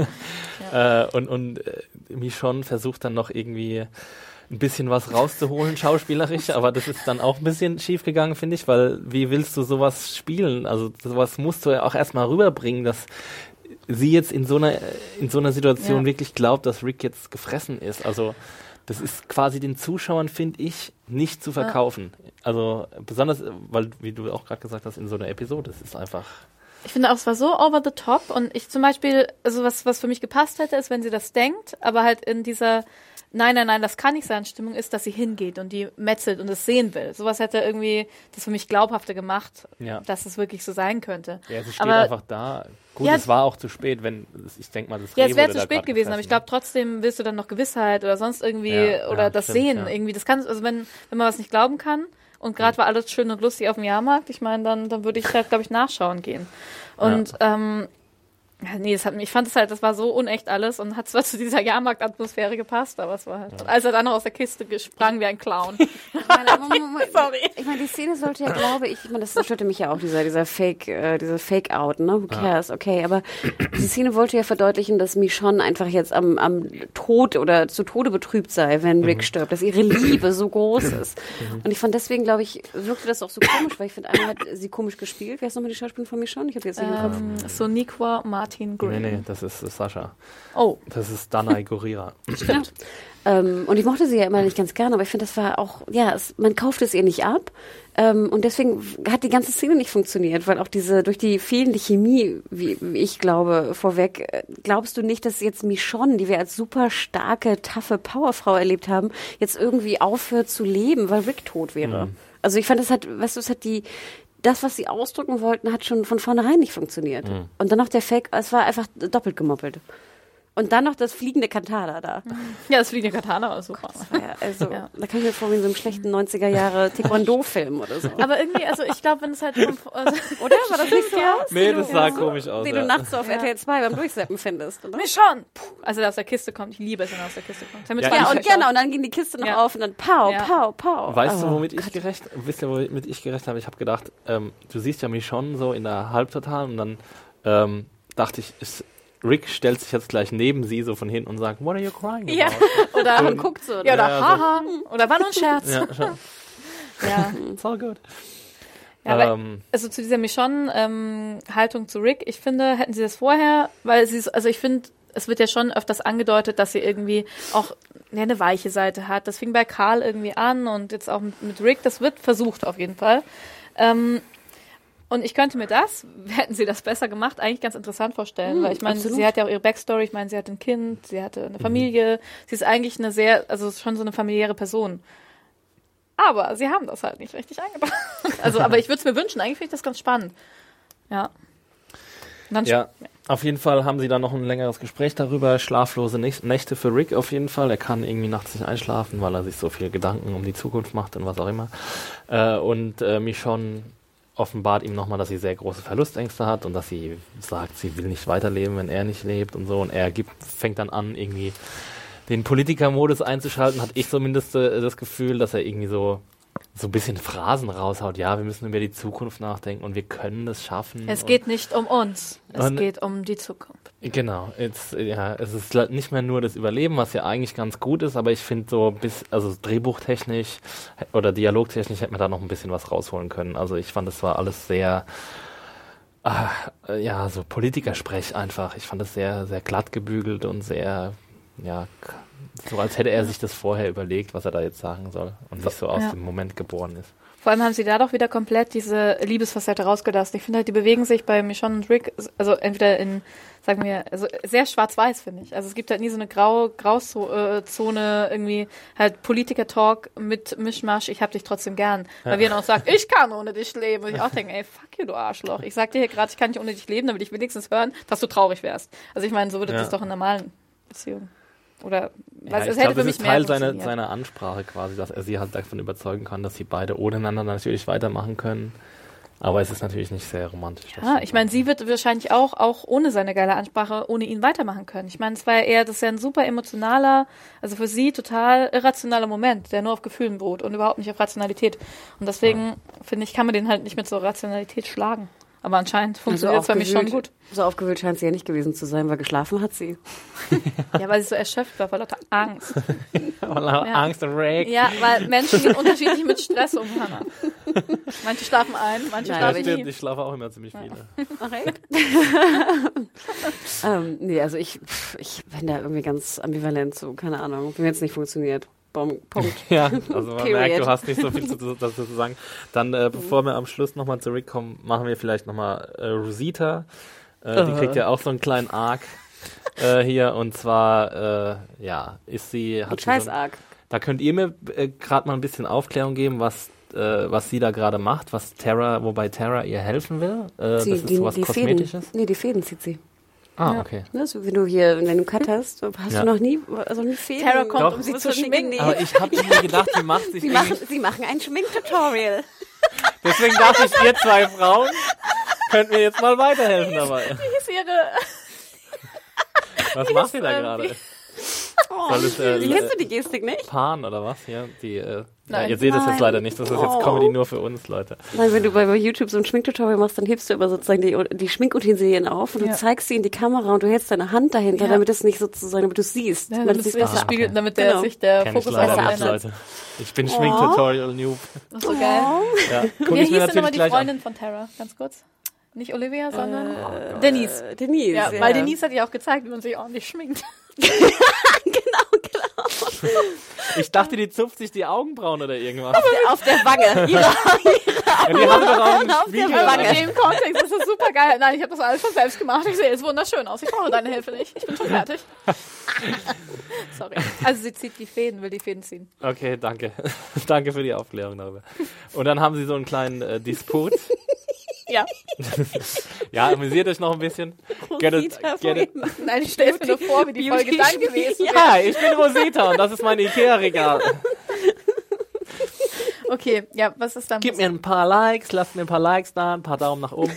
Äh, und und äh, Michonne versucht dann noch irgendwie ein bisschen was rauszuholen, schauspielerisch, aber das ist dann auch ein bisschen schief gegangen, finde ich, weil wie willst du sowas spielen? Also sowas musst du ja auch erstmal rüberbringen, dass sie jetzt in so einer in so einer Situation Ja. wirklich glaubt, dass Rick jetzt gefressen ist. Also das ist quasi den Zuschauern, finde ich, nicht zu verkaufen. Also besonders, weil, wie du auch gerade gesagt hast, in so einer Episode, es ist einfach... Ich finde auch, es war so over the top. Und ich zum Beispiel, also was, was für mich gepasst hätte, ist, wenn sie das denkt, aber halt in dieser Nein, nein, nein, das kann nicht sein Stimmung ist, dass sie hingeht und die metzelt und es sehen will. Sowas hätte irgendwie das für mich glaubhafter gemacht, Ja. dass es wirklich so sein könnte. Ja, sie steht Aber- einfach da. Gut, Ja, es war auch zu spät, wenn, ich denke mal, das Ja, Reh es wäre wurde zu da spät grad gewesen, aber ich gefressen. glaube trotzdem willst du dann noch Gewissheit oder sonst irgendwie Ja, oder ja, das stimmt, sehen ja. irgendwie. Das kann, also wenn, wenn man was nicht glauben kann und gerade war alles schön und lustig auf dem Jahrmarkt, ich meine, dann, dann würde ich halt, glaube ich, nachschauen gehen. Und ähm, ja, nee, das hat, mich- ich fand es halt, das war so unecht alles und hat zwar zu dieser Jahrmarktatmosphäre gepasst, aber es war halt, als er dann aus der Kiste sprang wie ein Clown. Ich meine, aber Moment, Sorry. Ich meine, die Szene sollte ja, glaube ich, ich meine, das störte mich ja auch, dieser, dieser Fake, äh, dieser Fake-Out, ne? Who cares? Okay, aber die Szene wollte ja verdeutlichen, dass Michonne einfach jetzt am, am Tod oder zu Tode betrübt sei, wenn Rick stirbt, dass ihre Liebe so groß ist. Und ich fand deswegen, glaube ich, wirkte das auch so komisch, weil ich finde, einmal hat sie komisch gespielt. Wer ist nochmal die Schauspielerin von Michonne? Ich habe jetzt nicht im Kopf. Ähm, Soniqua Martin Nee, Green. nee, das ist, ist Sascha. Oh, Das ist Danai Gurira. Stimmt. Ähm, und ich mochte sie ja immer nicht ganz gerne, aber ich finde, das war auch, ja, es, man kauft es ihr nicht ab. Ähm, und deswegen hat die ganze Szene nicht funktioniert, weil auch diese, durch die fehlende Chemie, wie, wie ich glaube, vorweg, äh, glaubst du nicht, dass jetzt Michonne, die wir als super starke, taffe Powerfrau erlebt haben, jetzt irgendwie aufhört zu leben, weil Rick tot wäre? Mhm. Also ich fand, das hat, weißt du, es hat die, das, was sie ausdrücken wollten, hat schon von vornherein nicht funktioniert. Mhm. Und dann noch der Fake, es war einfach doppelt gemoppelt. Und dann noch das fliegende Katana da. Ja, das fliegende Katana war super. War ja, also, ja. Da kann ich mir vorstellen, so einem schlechten neunziger Jahre Taekwondo-Film oder so. Aber irgendwie, also ich glaube, wenn es halt... Vom, also oder? War das nicht so aus? Nee, das sah komisch aus. Die ja. du nachts so auf ja. R T L zwei beim Durchseppen findest, oder? Mir schon! Also der aus der Kiste kommt. Ich liebe es, wenn er aus der Kiste kommt. Ja, ja und genau, und dann ging die Kiste noch ja. auf und dann pow, ja. pow, pow. Weißt oh, du, womit ich gerecht, wisst ihr, womit ich gerecht habe? Ich habe gedacht, ähm, du siehst ja Michonne so in der Halbtotalen und dann ähm, dachte ich, ist Rick stellt sich jetzt gleich neben sie so von hinten und sagt, what are you crying about? Ja, oder man guckt so. Ja, oder ja, haha, so. Oder war nur ein Scherz. Ja, schon. Ja. It's all good. Ja, aber, ähm, also zu dieser Michonne-Haltung ähm, zu Rick, ich finde, hätten sie das vorher, weil sie, also ich finde, es wird ja schon öfters angedeutet, dass sie irgendwie auch ja, eine weiche Seite hat. Das fing bei Carl irgendwie an und jetzt auch mit, mit Rick, das wird versucht auf jeden Fall. Ähm, Und ich könnte mir das, hätten sie das besser gemacht, eigentlich ganz interessant vorstellen, mm, weil ich meine, sie hat ja auch ihre Backstory, ich meine, sie hat ein Kind, sie hatte eine Familie, mhm. sie ist eigentlich eine sehr, also schon so eine familiäre Person. Aber sie haben das halt nicht richtig eingebaut. Also, aber ich würde es mir wünschen, eigentlich finde ich das ganz spannend. Ja. Und dann ja, auf jeden Fall haben sie dann noch ein längeres Gespräch darüber, schlaflose Nächte für Rick auf jeden Fall. Er kann irgendwie nachts nicht einschlafen, weil er sich so viel Gedanken um die Zukunft macht und was auch immer. Äh, und äh, Michonne offenbart ihm nochmal, dass sie sehr große Verlustängste hat und dass sie sagt, sie will nicht weiterleben, wenn er nicht lebt und so. Und er gibt, fängt dann an, irgendwie den Politikermodus einzuschalten. Hat ich zumindest äh, das Gefühl, dass er irgendwie so so ein bisschen Phrasen raushaut. Ja, wir müssen über die Zukunft nachdenken und wir können es schaffen. Es geht nicht um uns, es und, geht um die Zukunft. Genau, jetzt, ja, es ist nicht mehr nur das Überleben, was ja eigentlich ganz gut ist, aber ich finde so bis, also drehbuchtechnisch oder dialogtechnisch hätte man da noch ein bisschen was rausholen können. Also ich fand, es war alles sehr, äh, ja, so Politikersprech einfach. Ich fand es sehr, sehr glatt gebügelt und sehr, ja, so als hätte er sich das vorher überlegt, was er da jetzt sagen soll und nicht so aus ja. dem Moment geboren ist. Vor allem haben sie da doch wieder komplett diese Liebesfacette rausgelassen. Ich finde halt, die bewegen sich bei Michonne und Rick, also entweder in, sagen wir, also sehr schwarz-weiß, finde ich. Also es gibt halt nie so eine graue Grauzone, irgendwie halt Politiker-Talk mit Mischmasch, ich hab dich trotzdem gern. Ja. Weil wir dann auch sagen, ich kann ohne dich leben. Und ich auch denke, ey, fuck you, du Arschloch. Ich sag dir hier gerade, ich kann nicht ohne dich leben, damit ich wenigstens hören, dass du traurig wärst. Also ich meine, so würde ja. das doch in normalen Beziehungen. Oder ja, was, ich es hätte glaube, für es mich ist mehr Teil seiner, seiner Ansprache quasi, dass er sie halt davon überzeugen kann, dass sie beide ohne einander natürlich weitermachen können. Aber es ist natürlich nicht sehr romantisch. Ja, ich meine, sie wird wahrscheinlich auch, auch ohne seine geile Ansprache, ohne ihn weitermachen können. Ich meine, es war ja eher, das ist ja ein super emotionaler, also für sie total irrationaler Moment, der nur auf Gefühlen beruht und überhaupt nicht auf Rationalität. Und deswegen, ja. finde ich, kann man den halt nicht mit so Rationalität schlagen. Aber anscheinend funktioniert es also bei mir schon gut. So aufgewühlt scheint sie ja nicht gewesen zu sein, weil geschlafen hat sie. Ja, weil sie so erschöpft war, vor lauter Angst. Vor lauter ja. Angst und Rick. Ja, weil Menschen gehen unterschiedlich mit Stress um, Hannah. Manche schlafen ein, manche Nein, schlafen stimmt, nie. Ich schlafe auch immer ziemlich viele. Ach, echt? ähm, nee, also ich, ich bin da irgendwie ganz ambivalent so, keine Ahnung, wenn jetzt nicht funktioniert. Punkt. Ja, also man merkt, du hast nicht so viel zu, dazu zu sagen. Dann, äh, bevor wir am Schluss nochmal zurückkommen, machen wir vielleicht nochmal äh, Rosita. Äh, uh. Die kriegt ja auch so einen kleinen Arc äh, hier. Und zwar, äh, ja, ist sie... Hat Scheiß so, Arc. Da könnt ihr mir äh, gerade mal ein bisschen Aufklärung geben, was äh, was sie da gerade macht, was Tara, wobei Tara ihr helfen will. Äh, sie, das ist die, sowas die Kosmetisches. Fäden. Nee, die Fäden zieht sie. Ah, ja. okay. Also, wenn du hier in deinem Cut hast, hast ja. du noch nie, also nie Fäden. Tara kommt, Doch. um sie zu schminken. Aber ich habe mir gedacht, die macht sich sie machen, sie machen ein Schminktutorial. Deswegen dachte ich, ihr zwei Frauen könnt mir jetzt mal weiterhelfen dabei. Wie ist ihre... Was macht sie da gerade? Oh, es, äh, kennst du die Gestik nicht? Pan oder was? Ja, die, äh, Nein. ja, ihr seht das jetzt Nein. leider nicht, das ist jetzt Oh. Comedy nur für uns, Leute. Nein, wenn du bei, bei YouTube so ein Schminktutorial machst, dann hebst du immer sozusagen die, die Schminkutensilien auf und Ja. du zeigst sie in die Kamera und du hältst deine Hand dahinter, Ja. damit es nicht sozusagen, damit du es siehst. Ja, damit damit es es nicht besser Ah, spiegelt, okay. damit der Genau. sich der Kenn ich Fokus leider auf nicht, einer... Leute. Ich bin Schminktutorial-Noob. Das ist so geil. Ja, guck Wie ich mir hieß denn nochmal natürlich die gleich an. Freundin von Tara? Ganz kurz. Nicht Olivia, sondern Äh, Denise. Äh, Denise, Ja, ja. weil Denise hat ja auch gezeigt, wie man sich ordentlich schminkt. genau, genau. Ich dachte, die zupft sich die Augenbrauen oder irgendwas. Auf der Wange. Ihre, Ja, die haben doch auch einen auf der Spiegel. Wange. In dem Kontext ist das super geil. Nein, ich habe das alles schon selbst gemacht. Ich sehe jetzt wunderschön aus. Ich brauche deine Hilfe nicht. Ich bin schon fertig. Sorry. Also sie zieht die Fäden, will die Fäden ziehen. Okay, danke. Danke für die Aufklärung darüber. Und dann haben sie so einen kleinen äh, Disput. Ja. Ja, amüsiert euch noch ein bisschen. Get it, get it. Nein, ich stelle mir nur vor, wie die Folge dann gewesen wäre. Ja, ich bin Rosita und das ist mein Ikea-Regal. Okay, ja, was ist dann? Gib mir ein paar Likes, lasst mir ein paar Likes da, ein paar Daumen nach oben.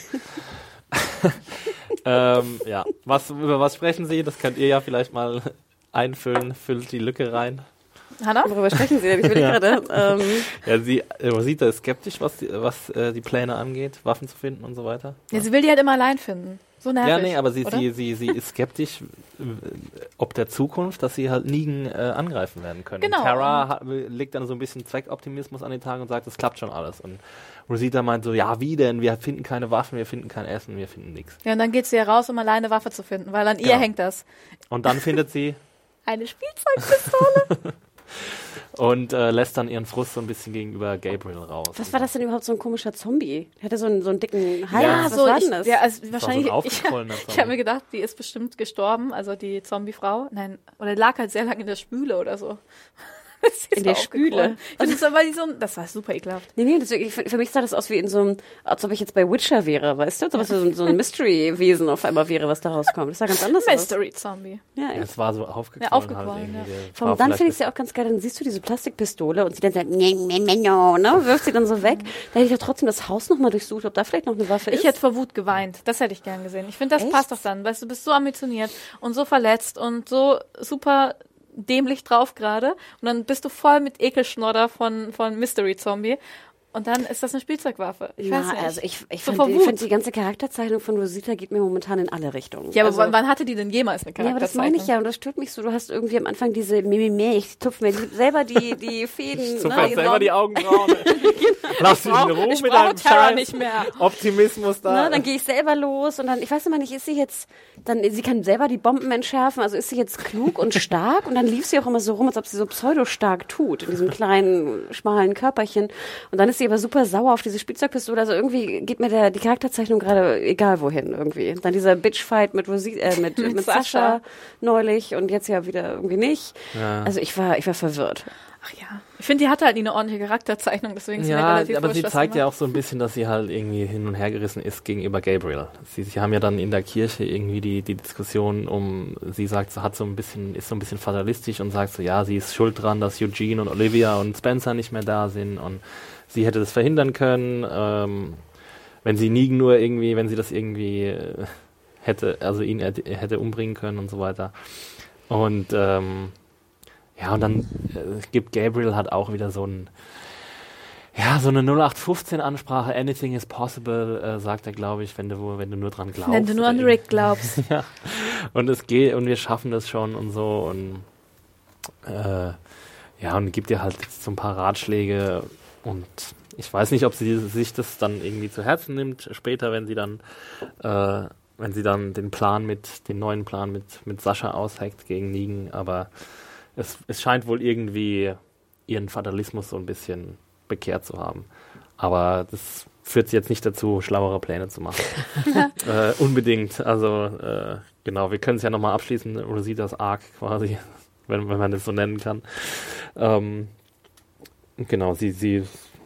ähm, ja, was, über was sprechen Sie? Das könnt ihr ja vielleicht mal einfüllen. Füllt die Lücke rein. Hanna? Worüber sprechen Sie denn? Ich will Ja. gerade. Ähm, Ja, sie, Rosita ist skeptisch, was die, was äh, die Pläne angeht, Waffen zu finden und so weiter. Ja, sie will die halt immer allein finden. So nervig. Ja, nee, aber sie, oder? sie, sie, sie ist skeptisch, äh, ob der Zukunft, dass sie halt Negan äh, angreifen werden können. Genau. Und Tara hat, legt dann so ein bisschen Zweckoptimismus an den Tag und sagt, es klappt schon alles. Und Rosita meint so, ja, wie denn? Wir finden keine Waffen, wir finden kein Essen, wir finden nichts. Ja, und dann geht sie ja raus, um alleine Waffe zu finden, weil an ihr Genau. hängt das. Und dann findet sie Eine Spielzeugpistole. und äh, lässt dann ihren Frust so ein bisschen gegenüber Gabriel raus. was war das denn überhaupt so ein komischer Zombie? Der hatte so einen, so einen dicken Hals. Ja, was so, war ich, denn das? ja, also Das war so wahrscheinlich. ein ich aufgequollener ich Zombie. habe mir gedacht, die ist bestimmt gestorben, also die Zombie-Frau. Nein, oder lag halt sehr lange in der Spüle oder so. Sie In ist der so Spüle? aufgequollen. Ich finde, das, war die so, das war super ekelhaft. Nee, nee, deswegen, ich, für mich sah das aus wie in so einem, als ob ich jetzt bei Witcher wäre, weißt du? Als ob es so, so ein Mystery-Wesen auf einmal wäre, was da rauskommt. Das sah ganz anders aus. Mystery-Zombie. Ja, Ja, es war so aufgequollen. Ja, aufgequollen, halt irgendwie. ja. Der Vom, war dann vielleicht finde ich es ja auch ganz geil, dann siehst du diese Plastikpistole und sie dann sagt, nee, nee, nee, no, ne, wirft sie dann so weg. Da hätte ich ja trotzdem das Haus nochmal durchsucht, ob da vielleicht noch eine Waffe ist. Ich hätte vor Wut geweint. Das hätte ich gern gesehen. Ich finde, das Echt? passt doch dann. Weißt du, du bist so ambitioniert und so verletzt und so super dämlich drauf gerade. Und dann bist du voll mit Ekelschnodder von, von Mystery Zombie. Und dann ist das eine Spielzeugwaffe. Ich weiß Na, nicht. also ich, ich So fand, vor die, Wut. find die ganze Charakterzeichnung von Rosita geht mir momentan in alle Richtungen. Ja, aber also, wann, wann hatte die denn jemals eine ja, aber das Charakterzeichnung? meine ich ja und das stört mich so. Du hast irgendwie am Anfang diese Mimimi, ich tupfe mir selber die, die Fäden. Ich zupfe ne, jetzt selber die Augenbrauen. Lass dich in Ruhe ich mit brauche deinem Terror Scheiß nicht mehr. Optimismus da. Ne, dann gehe ich selber los und dann, ich weiß immer nicht, ist sie jetzt, dann, sie kann selber die Bomben entschärfen, also ist sie jetzt klug und stark und dann lief sie auch immer so rum, als ob sie so pseudo-stark tut, in diesem kleinen, schmalen Körperchen und dann ist sie aber super sauer auf diese Spielzeugpistole, also irgendwie geht mir der, die Charakterzeichnung gerade egal wohin irgendwie. Dann dieser Bitchfight mit Rosi, äh, mit, mit, mit Sascha. Sascha neulich und jetzt ja wieder irgendwie nicht. Ja. Also ich war, ich war verwirrt. Ach ja. Ich finde, die hatte halt nie eine ordentliche Charakterzeichnung, deswegen ist mir Ja, relativ aber wurscht, sie was zeigt sie ja macht. auch so ein bisschen, dass sie halt irgendwie hin und her gerissen ist gegenüber Gabriel. Sie, sie haben ja dann in der Kirche irgendwie die, die Diskussion um, sie sagt, sie hat so ein bisschen, ist so ein bisschen fatalistisch und sagt so, ja, sie ist schuld dran, dass Eugene und Olivia und Spencer nicht mehr da sind und sie hätte das verhindern können, ähm, wenn sie Negan nur irgendwie, wenn sie das irgendwie äh, hätte, also ihn hätte, hätte umbringen können und so weiter. Und ähm, ja, und dann äh, gibt Gabriel halt auch wieder so ein, ja, so eine null acht fünfzehn Ansprache, anything is possible, äh, sagt er, glaube ich, wenn du, wenn du nur dran glaubst. Wenn du nur oder an irgendwie. Rick glaubst. Ja, und es geht, und wir schaffen das schon und so und äh, ja, und gibt dir halt so ein paar Ratschläge und ich weiß nicht, ob sie sich das dann irgendwie zu Herzen nimmt, später, wenn sie dann äh, wenn sie dann den Plan mit, den neuen Plan mit, mit Sascha ausheckt gegen Negan, aber es, es scheint wohl irgendwie ihren Fatalismus so ein bisschen bekehrt zu haben. Aber das führt sie jetzt nicht dazu, schlauere Pläne zu machen. äh, unbedingt. Also äh, genau, wir können es ja nochmal abschließen, Rositas Arc quasi, wenn, wenn man das so nennen kann. Ähm, genau, sie, sie,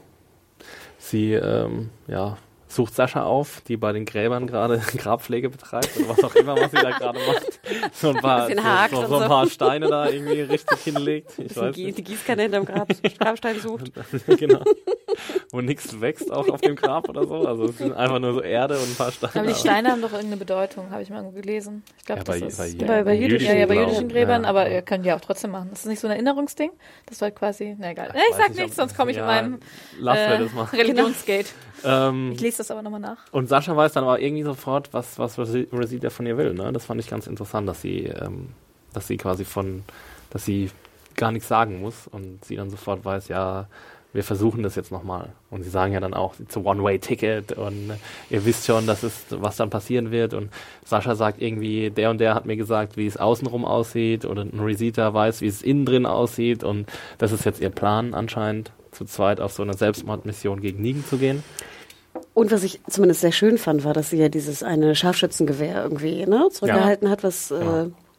sie ähm, ja, sucht Sascha auf, die bei den Gräbern gerade Grabpflege betreibt oder was auch immer, was sie da gerade macht. So ein paar, Bisschen so, hakt so, und so ein so. paar Steine da irgendwie richtig hinlegt. Ich Bisschen weiß Gie- nicht. die Gießkanne hinterm Grab, Grabstein sucht. Genau. Wo nichts wächst auch auf dem Grab oder so. Also es sind einfach nur so Erde und ein paar Steine. Aber die Steine haben doch irgendeine Bedeutung, habe ich mal irgendwo gelesen. Ich glaube, Ja, das bei- ist... bei- bei- bei jüdischen ja, ja, bei Glauben. jüdischen Gräbern, Ja, aber ja. ihr könnt ja auch trotzdem machen. Das ist nicht so ein Erinnerungsding. Das soll quasi... Na egal. Ach, Ja, ich weiß sag nicht, nichts, ob- sonst komme ich ja, in meinem Lass äh, mir das mal. Religionsgate. Ähm, Ich lese das aber nochmal nach. und Sascha weiß dann aber irgendwie sofort, was, was Rosi- Rosita von ihr will. Ne? Das fand ich ganz interessant, dass sie, ähm, dass sie quasi von, dass sie gar nichts sagen muss und sie dann sofort weiß, ja, wir versuchen das jetzt nochmal. Und sie sagen ja dann auch, it's a one-way-ticket und äh, ihr wisst schon, dass es, was dann passieren wird. Und Sascha sagt irgendwie, der und der hat mir gesagt, wie es außenrum aussieht oder Rosita weiß, wie es innen drin aussieht und das ist jetzt ihr Plan anscheinend, zu zweit auf so eine Selbstmordmission gegen Negan zu gehen. Und was ich zumindest sehr schön fand, war, dass sie ja dieses eine Scharfschützengewehr irgendwie ne, zurückgehalten hat, was äh, Ja.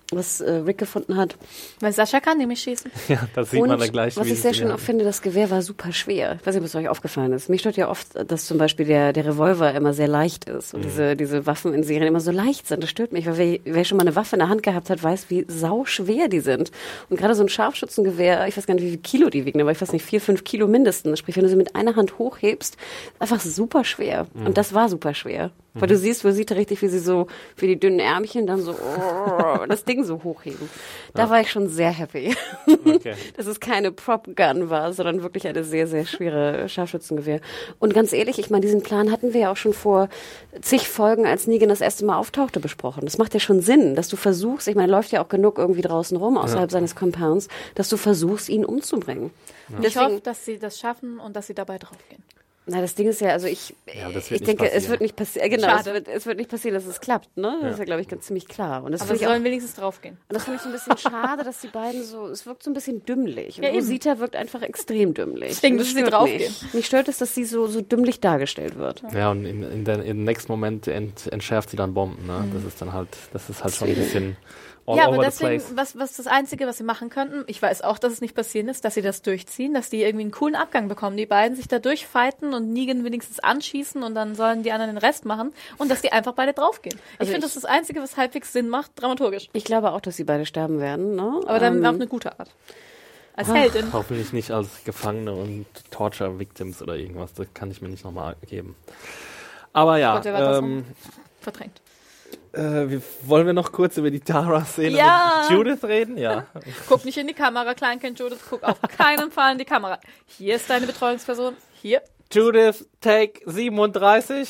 was äh, Rick gefunden hat. Weil Sascha kann nämlich schießen. Ja, das sieht Und man da gleich. was wie ich sie sehr es schön in auch die finde, das Gewehr war super schwer. Ich weiß nicht, ob es euch aufgefallen ist. Mich stört ja oft, dass zum Beispiel der, der Revolver immer sehr leicht ist und mhm. diese, diese Waffen in Serien immer so leicht sind. Das stört mich, weil wer, wer schon mal eine Waffe in der Hand gehabt hat, weiß, wie sauschwer die sind. Und gerade so ein Scharfschützengewehr, ich weiß gar nicht, wie viel Kilo die wiegen, aber ich weiß nicht, vier, fünf Kilo mindestens. Sprich, wenn du sie mit einer Hand hochhebst, einfach super schwer. Mhm. Und das war super schwer. Mhm. Weil du siehst, man sieht richtig, wie sie so, wie die dünnen Ärmchen dann so oh, das Ding so hochheben. Da ja. war ich schon sehr happy. Okay. Dass es keine Prop-Gun war, sondern wirklich eine sehr, sehr schwere Scharfschützengewehr. Und ganz ehrlich, ich meine, diesen Plan hatten wir ja auch schon vor zig Folgen, als Negan das erste Mal auftauchte, besprochen. Das macht ja schon Sinn, dass du versuchst, ich meine, läuft ja auch genug irgendwie draußen rum, außerhalb ja. seines Compounds, dass du versuchst, ihn umzubringen. Ja. Ich hoffe, dass sie das schaffen und dass sie dabei draufgehen. Na, das Ding ist ja, also ich, ja, ich denke, passieren. es wird nicht passieren, genau, es wird, es wird nicht passieren, dass es klappt, ne? Das ja. ist ja, glaube ich, ganz ziemlich klar. Und das Aber sie sollen wenigstens draufgehen. Und das finde ich so ein bisschen schade, dass die beiden so, es wirkt so ein bisschen dümmlich. Und ja, Rosita wirkt einfach extrem dümmlich. Deswegen müssen sie draufgehen. Mich. mich stört es, dass sie so, so dümmlich dargestellt wird. Ja, ja und in, in der, im nächsten Moment ent, entschärft sie dann Bomben, ne? Mhm. Das ist dann halt, das ist halt schon ein bisschen... All ja, aber deswegen, was, was das Einzige, was sie machen könnten, ich weiß auch, dass es nicht passieren ist, dass sie das durchziehen, dass die irgendwie einen coolen Abgang bekommen, die beiden sich da durchfighten und Negan wenigstens anschießen und dann sollen die anderen den Rest machen und dass die einfach beide draufgehen. Also ich finde, das ist das Einzige, was halbwegs Sinn macht, dramaturgisch. Ich glaube auch, dass sie beide sterben werden, ne? Aber dann ähm, auf eine gute Art. Als Ach, Heldin. Hoffentlich nicht als Gefangene und Torture-Victims oder irgendwas, das kann ich mir nicht nochmal geben. Aber ja, Gott, ähm, verdrängt. Äh, wie, wollen wir noch kurz über die Tara-Szene ja. mit Judith reden? Ja. Guck nicht in die Kamera, Kleinkind Judith, guck auf keinen Fall in die Kamera. Hier ist deine Betreuungsperson, hier. Judith, Take siebenunddreißig.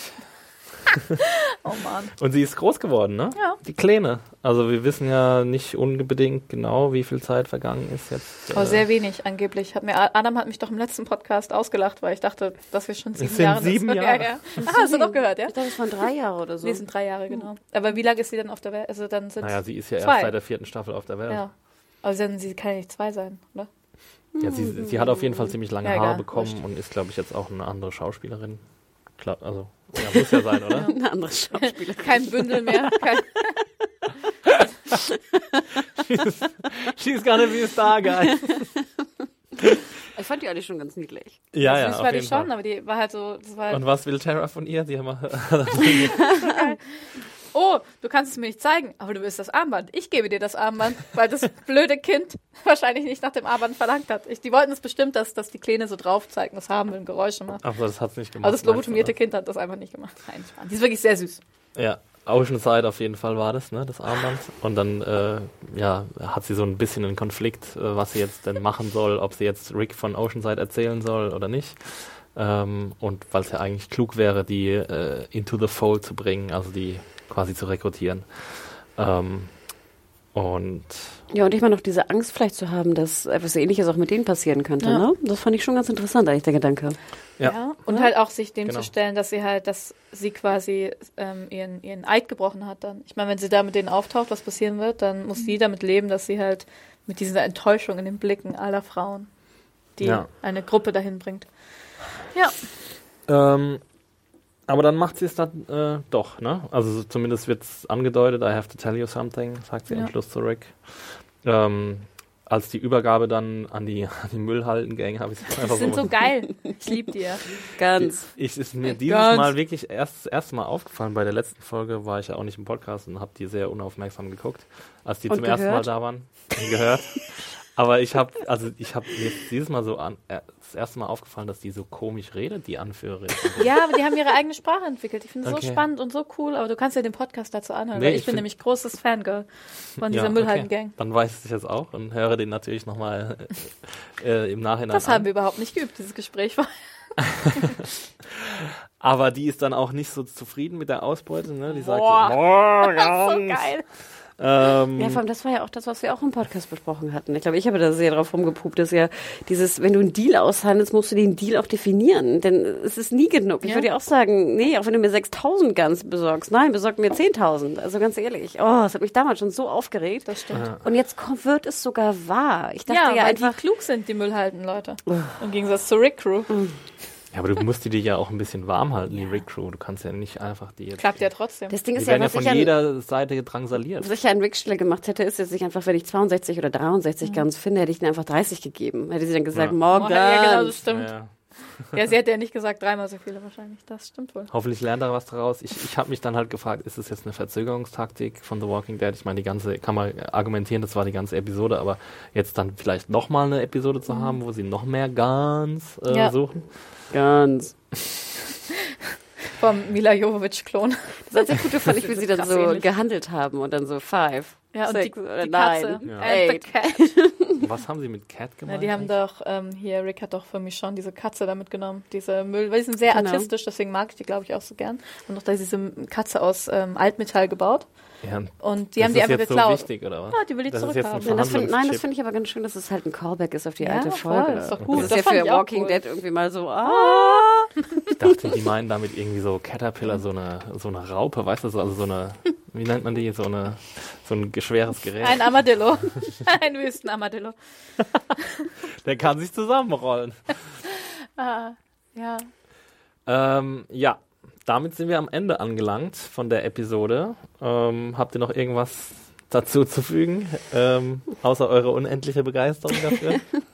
Oh Mann. Und sie ist groß geworden, ne? Ja. Die Kleine. Also wir wissen ja nicht unbedingt genau, wie viel Zeit vergangen ist jetzt. Oh, äh sehr wenig angeblich. Hat mir, Adam hat mich doch im letzten Podcast ausgelacht, weil ich dachte, dass wir schon sieben es sind Jahre... sieben das, Jahre. Ja, ja. Ah, hast du noch gehört, ja? Ich dachte, es waren drei Jahre oder so. Nee, es sind drei Jahre, genau. Aber wie lange ist sie denn auf der Welt? Also dann sind naja, sie ist ja zwei. erst seit der vierten Staffel auf der Welt. Ja. Aber dann, sie kann ja nicht zwei sein, oder? Ja, sie, sie hat auf jeden Fall ziemlich lange ja, Haare egal, bekommen wurscht. Und ist, glaube ich, jetzt auch eine andere Schauspielerin. Klar, also, ja, muss ja sein, oder? Eine andere Schauspielerin. Kein Bündel mehr. Kein she's, she's gonna be a star, guys. Ich fand die eigentlich schon ganz niedlich. Ja, also, ja, das auf war jeden die schon, Fall. aber die war halt so... Das war halt Und was will Tara von ihr? Die haben oh, du kannst es mir nicht zeigen, aber du willst das Armband. Ich gebe dir das Armband, weil das blöde Kind wahrscheinlich nicht nach dem Armband verlangt hat. Ich, die wollten es bestimmt, dass, dass die Kleine so drauf zeigt, das haben will, Geräusche macht. Ach so, das hat's nicht gemacht. Aber das lobotomierte Kind hat das einfach nicht gemacht. Nein, die ist wirklich sehr süß. Ja, Oceanside auf jeden Fall war das, ne, das Armband. Und dann, äh, ja, hat sie so ein bisschen einen Konflikt, äh, was sie jetzt denn machen soll, ob sie jetzt Rick von Oceanside erzählen soll oder nicht. Ähm, und weil es ja eigentlich klug wäre, die äh, into the fold zu bringen, also die quasi zu rekrutieren. Ähm, und ja, und ich meine noch diese Angst vielleicht zu haben, dass etwas Ähnliches auch mit denen passieren könnte, ja. ne? Das fand ich schon ganz interessant, eigentlich, der Gedanke. Ja. ja. Und ja. halt auch sich dem genau. zu stellen, dass sie halt, dass sie quasi ähm, ihren, ihren Eid gebrochen hat dann. Ich meine, wenn sie da mit denen auftaucht, was passieren wird, dann muss sie damit leben, dass sie halt mit dieser Enttäuschung in den Blicken aller Frauen, die ja. eine Gruppe dahin bringt. Ja. Ähm, aber dann macht sie es dann äh, doch, ne? Also zumindest wird es angedeutet, I have to tell you something, sagt sie ja. am Schluss zu Rick. Ähm, als die Übergabe dann an die, an die Müllhalden-Gang habe ich es einfach so... Die sind so geil. Ich liebe die ja. Ganz. Ich ist mir dieses Ganz. Mal wirklich erst das erste Mal aufgefallen. Bei der letzten Folge war ich ja auch nicht im Podcast und habe die sehr unaufmerksam geguckt, als die und zum gehört? ersten Mal da waren. Und gehört. Aber ich habe, also ich habe mir dieses Mal so an, äh, das erste Mal aufgefallen, dass die so komisch redet, die Anführerin. Ja, aber die haben ihre eigene Sprache entwickelt. Ich finde es Okay. so spannend und so cool, aber du kannst ja den Podcast dazu anhören, Nee, weil ich, ich bin find- nämlich großes Fangirl von dieser Ja, Müllhalden-Gang. okay. Dann weiß ich es jetzt auch und höre den natürlich nochmal äh, im Nachhinein Das an. haben wir überhaupt nicht geübt, dieses Gespräch war. Aber die ist dann auch nicht so zufrieden mit der Ausbeute, ne? Die sagt, Boah. morgen. So geil. Ähm, Ja, vor allem, das war ja auch das, was wir auch im Podcast besprochen hatten. Ich glaube, ich habe da sehr drauf rumgepupt, dass ja dieses, wenn du einen Deal aushandelst, musst du den Deal auch definieren, denn es ist nie genug. Ich Ja. würde ja auch sagen, nee, auch wenn du mir sechstausend Guns besorgst, nein, besorg mir zehntausend. Also ganz ehrlich, oh, das hat mich damals schon so aufgeregt. Das stimmt. Und jetzt kommt, wird es sogar wahr. Ich dachte Ja, ja, weil einfach, die klug sind, die Müllhalden-Leute. Im Gegensatz zur Rick-Crew. Ja, aber du musst die dir ja auch ein bisschen warm halten, die Rick-Crew. Du kannst ja nicht einfach die jetzt... Klappt ja trotzdem. Das Ding Die ist ja, werden ja was von ich an, jeder Seite drangsaliert. was ich an Rick Stelle gemacht hätte, ist, dass ich einfach, wenn ich zweiundsechzig oder dreiundsechzig ganz finde, hätte ich ihnen einfach dreißig gegeben. Hätte sie dann gesagt, Ja. morgen. Oh, ja, genau, das stimmt. Ja. Ja, sie hat ja nicht gesagt dreimal so viele wahrscheinlich. Das stimmt wohl. Hoffentlich lernt er was daraus. Ich, ich habe mich dann halt gefragt, ist es jetzt eine Verzögerungstaktik von The Walking Dead? Ich meine, die ganze, kann man argumentieren, das war die ganze Episode, aber jetzt dann vielleicht nochmal eine Episode zu haben, wo sie noch mehr Guns äh, Ja. suchen. Ganz. Vom Mila Jovovich-Klon. Das einzige Gute fand ich, wie sie dann Krass so ähnlich. gehandelt haben und dann so five, Ja, und die, six oder die nine, Katze. Ja. And the eight. cat. Was haben sie mit Cat Ja, gemacht? die haben doch, ähm, hier, Rick hat doch für mich schon diese Katze da mitgenommen. Diese Müll, weil die sind sehr Genau. artistisch, deswegen mag ich die, glaube ich, auch so gern. Und noch da ist diese Katze aus ähm, Altmetall gebaut. Ja, Und die das haben die ist einfach jetzt geklaut. so wichtig, oder was? Ja, die will ich Das ist jetzt ein zurückhaben. Ja, das find, nein, das Verhandlungschip. finde ich aber ganz schön, dass es halt ein Callback ist auf die Ja, alte voll, Folge. ist doch gut. Das ist Das ja fand für ich auch Walking cool. Dead irgendwie mal so, ah. Ich dachte, die meinen damit irgendwie so Caterpillar, so eine, so eine Raupe, weißt du, so, also so eine, wie nennt man die, so eine, so ein schweres Gerät. Ein Armadillo. Ein Wüstenarmadillo. Der kann sich zusammenrollen. Ah, ja. Ähm, ja, damit sind wir am Ende angelangt von der Episode. Ähm, habt ihr noch irgendwas dazu zu fügen, ähm, außer eure unendliche Begeisterung dafür?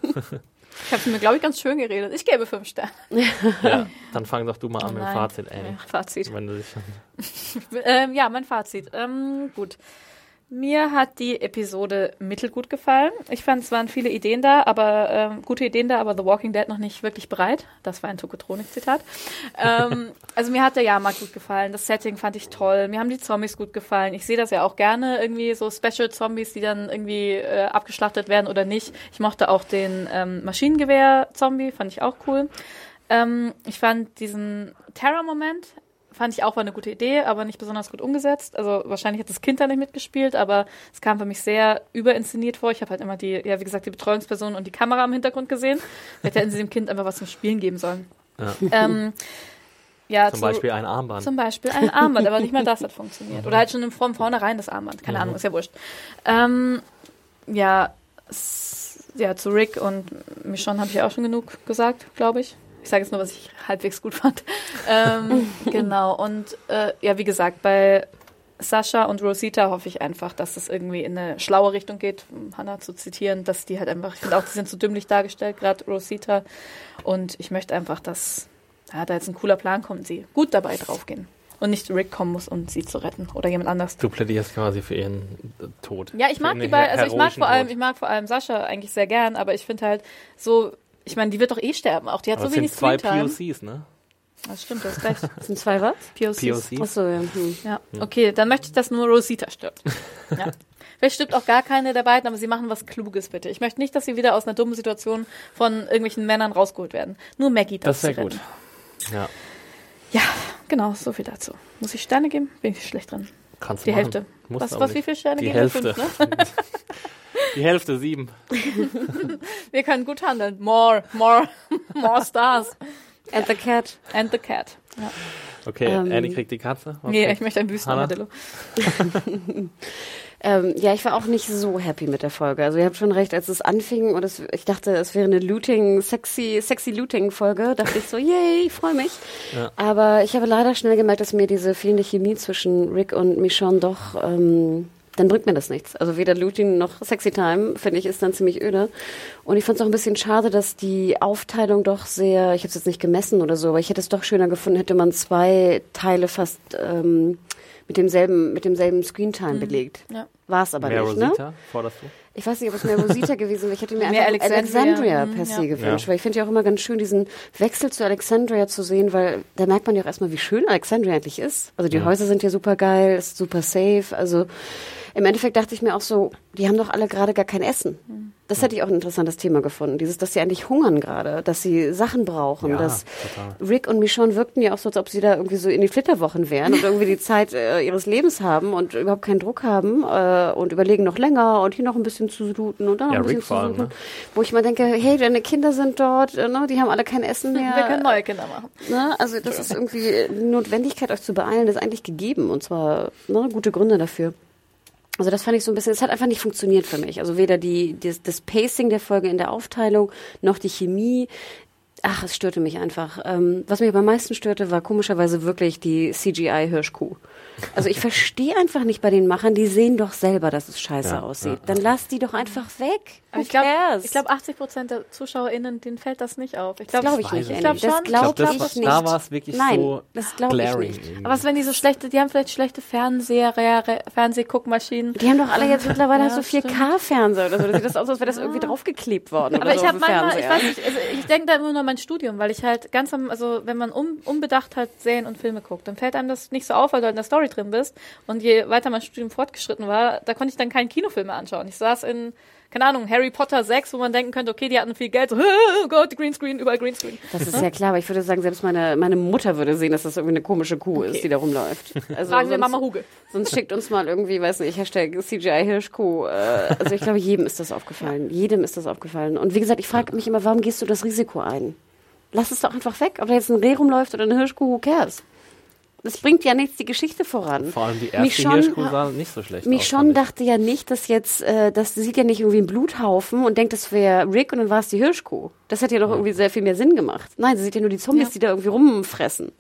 Ich habe mir, glaube ich, ganz schön geredet. Ich gebe fünf Sterne. Ja, dann fang doch du mal an mit dem Nein. Fazit, Annie. Ja, Fazit. Wenn du dich schon Ähm, ja, mein Fazit. Ähm, gut. Mir hat die Episode mittelgut gefallen. Ich fand, es waren viele Ideen da, aber ähm, gute Ideen da, aber The Walking Dead noch nicht wirklich bereit. Das war ein Tokotronik-Zitat. ähm, also mir hat der Jahrmarkt gut gefallen. Das Setting fand ich toll. Mir haben die Zombies gut gefallen. Ich sehe das ja auch gerne, irgendwie so Special-Zombies, die dann irgendwie äh, abgeschlachtet werden oder nicht. Ich mochte auch den ähm, Maschinengewehr-Zombie, fand ich auch cool. Ähm, ich fand diesen Terror-Moment fand ich auch, war eine gute Idee, aber nicht besonders gut umgesetzt. Also wahrscheinlich hat das Kind da nicht mitgespielt, aber es kam für mich sehr überinszeniert vor. Ich habe halt immer die, ja wie gesagt, die Betreuungsperson und die Kamera im Hintergrund gesehen. Ich hätte diesem Kind einfach was zum Spielen geben sollen. Ja. Ähm, ja, Zum zu, Beispiel ein Armband. Zum Beispiel ein Armband, aber nicht mal das hat funktioniert. Oder halt schon von vornherein das Armband. Keine Mhm. Ahnung, ist ja wurscht. Ähm, ja, s- ja, zu Rick und Michonne habe ich ja auch schon genug gesagt, glaube ich. Ich sage jetzt nur, was ich halbwegs gut fand. ähm, genau, und äh, ja, wie gesagt, bei Sascha und Rosita hoffe ich einfach, dass das irgendwie in eine schlaue Richtung geht, um Hannah zu zitieren, dass die halt einfach, ich finde auch, die sind so dümmlich dargestellt, gerade Rosita. Und ich möchte einfach, dass ja, da jetzt ein cooler Plan kommt und sie gut dabei draufgehen. Und nicht Rick kommen muss, um sie zu retten oder jemand anders. Du plädierst quasi für ihren äh, Tod. Ja, ich Für mag ihren die beiden, also ich mag heroischen vor allem, Tod. ich mag vor allem Sascha eigentlich sehr gern, aber ich finde halt so, ich meine, die wird doch eh sterben auch. Die hat Aber so es sind wenig zwei P Screentime. O Cs, ne? Das stimmt, du hast recht. Das sind zwei was? P O Cs. P O Cs. Achso, ja. Hm. Ja, okay, dann möchte ich, dass nur Rosita stirbt. Ja. Vielleicht stirbt auch gar keine der beiden, aber sie machen was Kluges, bitte. Ich möchte nicht, dass sie wieder aus einer dummen Situation von irgendwelchen Männern rausgeholt werden. Nur Maggie darf Das wäre sie gut. retten. Ja, Ja, genau, so viel dazu. Muss ich Sterne geben? Bin ich schlecht drin. kannst du Die machen. Hälfte. Musst Was, aber was, wie nicht. viele Sterne Die geben Hälfte. wir? Fünf, ne? Die Hälfte, sieben. Wir können gut handeln. More, more, more stars. And the cat. And the cat. Ja. Okay, Ähm, Annie kriegt die Katze. Was Nee, kriegt- ich möchte ein Wüstenarmadillo. Ähm, ja, ich war auch nicht so happy mit der Folge. Also ihr habt schon recht, als es anfing und es, ich dachte, es wäre eine Looting, sexy, sexy Looting-Folge, dachte ich so, yay, ich freue mich. Ja. Aber ich habe leider schnell gemerkt, dass mir diese fehlende Chemie zwischen Rick und Michonne doch, ähm, dann bringt mir das nichts. Also weder Looting noch Sexy Time, finde ich, ist dann ziemlich öde. Und ich fand es auch ein bisschen schade, dass die Aufteilung doch sehr, ich habe es jetzt nicht gemessen oder so, aber ich hätte es doch schöner gefunden, hätte man zwei Teile fast ähm, mit demselben, mit demselben Screentime belegt. Ja. War es aber Mehr nicht, ne? Rosita, forderst du? Ich weiß nicht, ob es mehr Rosita gewesen wäre. Ich hätte mir Mehr einfach Alexandria. Alexandria Mhm, per se ja. gewünscht, Ja. weil ich finde ja auch immer ganz schön, diesen Wechsel zu Alexandria zu sehen, weil da merkt man ja auch erstmal, wie schön Alexandria eigentlich ist. Also die Ja. Häuser sind ja super geil, ist super safe, also im Endeffekt dachte ich mir auch so, die haben doch alle gerade gar kein Essen. Das hätte ich auch ein interessantes Thema gefunden. Dieses, dass sie eigentlich hungern gerade, dass sie Sachen brauchen. Ja, dass total. Rick und Michonne wirkten ja auch so, als ob sie da irgendwie so in die Flitterwochen wären und irgendwie die Zeit äh, ihres Lebens haben und überhaupt keinen Druck haben äh, und überlegen noch länger und hier noch ein bisschen zu looten und da noch Ja, ein bisschen Rick vor zu allem, suchen. ne? Wo ich mal denke, hey, deine Kinder sind dort, äh, ne, die haben alle kein Essen mehr. Wir können neue Kinder machen. Ne? Also das ist irgendwie, die Notwendigkeit, euch zu beeilen, ist eigentlich gegeben. Und zwar ne, gute Gründe dafür. Also das fand ich so ein bisschen, es hat einfach nicht funktioniert für mich. Also weder die, das, das Pacing der Folge in der Aufteilung, noch die Chemie. ach, es störte mich einfach. Ähm, was mich aber am meisten störte, war komischerweise wirklich die C G I-Hirschkuh. Also ich verstehe einfach nicht bei den Machern, die sehen doch selber, dass es scheiße ja, aussieht. Ja, Dann ja. lass die doch einfach weg. Ich glaube, ich glaube, achtzig Prozent der ZuschauerInnen, denen fällt das nicht auf. Ich glaube glaub ich nicht. Ich glaube schon. Das glaube glaub ich nicht. Da war es wirklich Nein, so das glaube ich nicht. Aber was, wenn die so schlechte, die haben vielleicht schlechte Fernseher, Fernsehguckmaschinen. Die haben doch alle jetzt mittlerweile ja, so vier K-Fernseher oder so. Das sieht das aus, als wäre das irgendwie draufgeklebt worden. Aber oder ich so habe manchmal, Fernseher. ich weiß nicht, also ich denke da immer nur an mein Studium, weil ich halt ganz am, also wenn man un, unbedacht halt Serien und Filme guckt, dann fällt einem das nicht so auf, weil du halt in der Story drin bist. Und je weiter mein Studium fortgeschritten war, da konnte ich dann keinen Kinofilm mehr anschauen. Ich saß in, keine Ahnung, Harry Potter sechs, wo man denken könnte, okay, die hatten viel Geld, so, oh Gott, Greenscreen, überall Greenscreen. Das ist ja klar, aber ich würde sagen, selbst meine, meine Mutter würde sehen, dass das irgendwie eine komische Kuh okay. ist, die da rumläuft. Also Fragen wir sonst, Mama Huge. Sonst schickt uns mal irgendwie, weiß nicht, Hashtag C G I-Hirschkuh. Also ich glaube, jedem ist das aufgefallen. Jedem ist das aufgefallen. Und wie gesagt, ich frage mich immer, warum gehst du das Risiko ein? Lass es doch einfach weg. Ob da jetzt ein Reh rumläuft oder eine Hirschkuh, who cares? Das bringt ja nichts die Geschichte voran. Vor allem die erste Hirschkuh sah nicht so schlecht aus. Michonne dachte ja nicht, dass jetzt, äh, das sieht ja nicht irgendwie einen Bluthaufen und denkt, das wäre Rick und dann war es die Hirschkuh. Das hätte ja doch irgendwie sehr viel mehr Sinn gemacht. Nein, sie sieht ja nur die Zombies, ja. die da irgendwie rumfressen.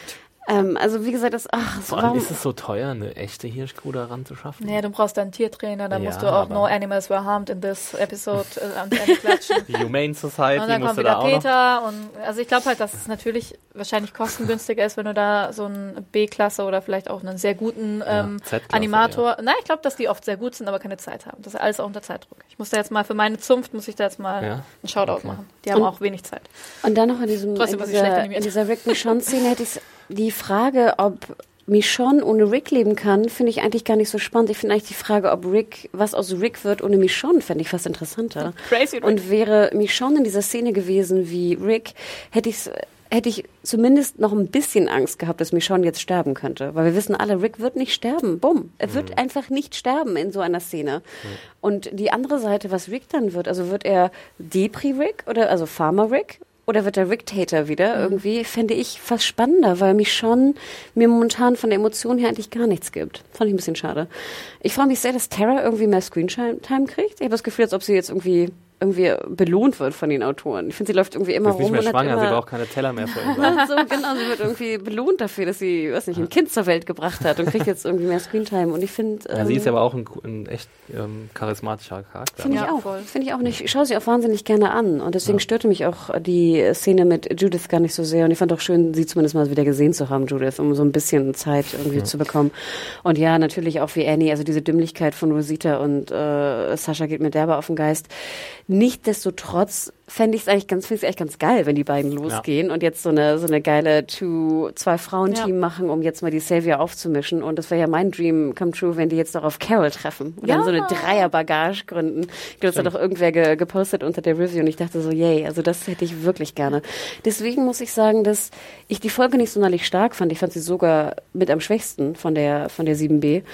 Ähm, also wie gesagt, das, ach, Vor allem warum ist es so teuer, eine echte Hirschkuh da ran zu schaffen? Nee, du brauchst einen Tiertrainer, da ja, musst du auch No Animals Were Harmed in this Episode äh, am Ende klatschen. Die Humane Society und dann musst kommt du wieder da auch Peter noch. Und also ich glaube halt, dass es natürlich wahrscheinlich kostengünstiger ist, wenn du da so einen B-Klasse oder vielleicht auch einen sehr guten ähm, ja, Animator, ja. Nein, ich glaube, dass die oft sehr gut sind, aber keine Zeit haben. Das ist alles auch unter Zeitdruck. Ich muss da jetzt mal, für meine Zunft muss ich da jetzt mal ja? einen Shoutout okay. machen. Die haben und, auch wenig Zeit. Und dann noch in, diesem, Trotzdem, in, dieser, in dieser Rick Michonne-Szene hätte ich die Frage, ob Michonne ohne Rick leben kann, finde ich eigentlich gar nicht so spannend. Ich finde eigentlich die Frage, ob Rick, was aus Rick wird ohne Michonne, fände ich fast interessanter. Crazy Rick. Und wäre Michonne in dieser Szene gewesen wie Rick, hätte ich hätte ich zumindest noch ein bisschen Angst gehabt, dass Michonne jetzt sterben könnte. Weil wir wissen alle, Rick wird nicht sterben. Bumm. Er wird mhm. einfach nicht sterben in so einer Szene. Mhm. Und die andere Seite, was Rick dann wird, also wird er Depri-Rick oder also Farmer-Rick? Oder wird der Rick-Tater wieder? Mhm. Irgendwie fände ich fast spannender, weil mich schon mir momentan von der Emotion her eigentlich gar nichts gibt. Fand ich ein bisschen schade. Ich freue mich sehr, dass Tara irgendwie mehr Screentime kriegt. Ich habe das Gefühl, als ob sie jetzt irgendwie irgendwie belohnt wird von den Autoren. Ich finde, sie läuft irgendwie immer sie ist rum. Nicht mehr schwanger, immer, sie braucht keine Teller mehr für ihn. so, genau, sie wird irgendwie belohnt dafür, dass sie, weiß nicht, ein Kind zur Welt gebracht hat und kriegt jetzt irgendwie mehr Screentime. Und ich finde... Ja, ähm, sie ist aber auch ein, ein echt ähm, charismatischer Charakter. Finde ich ja, auch. Finde ich auch nicht. Ich schaue sie auch wahnsinnig gerne an. Und deswegen ja. störte mich auch die Szene mit Judith gar nicht so sehr. Und ich fand auch schön, sie zumindest mal wieder gesehen zu haben, Judith, um so ein bisschen Zeit irgendwie ja. zu bekommen. Und ja, natürlich auch wie Annie, also diese Dümmlichkeit von Rosita und äh, Sascha geht mir derbe auf den Geist. Nichtsdestotrotz fände ich es eigentlich ganz, finde ich eigentlich ganz geil, wenn die beiden losgehen ja. und jetzt so eine, so eine geile Two, Zwei-Frauen-Team ja. machen, um jetzt mal die Savior aufzumischen. Und das wäre ja mein Dream come true, wenn die jetzt doch auf Carol treffen und ja. dann so eine Dreier-Bagage gründen. Das hat doch irgendwer ge- gepostet unter der Review und ich dachte so, yay, also das hätte ich wirklich gerne. Deswegen muss ich sagen, dass ich die Folge nicht sonderlich stark fand. Ich fand sie sogar mit am schwächsten von der, von der sieben B.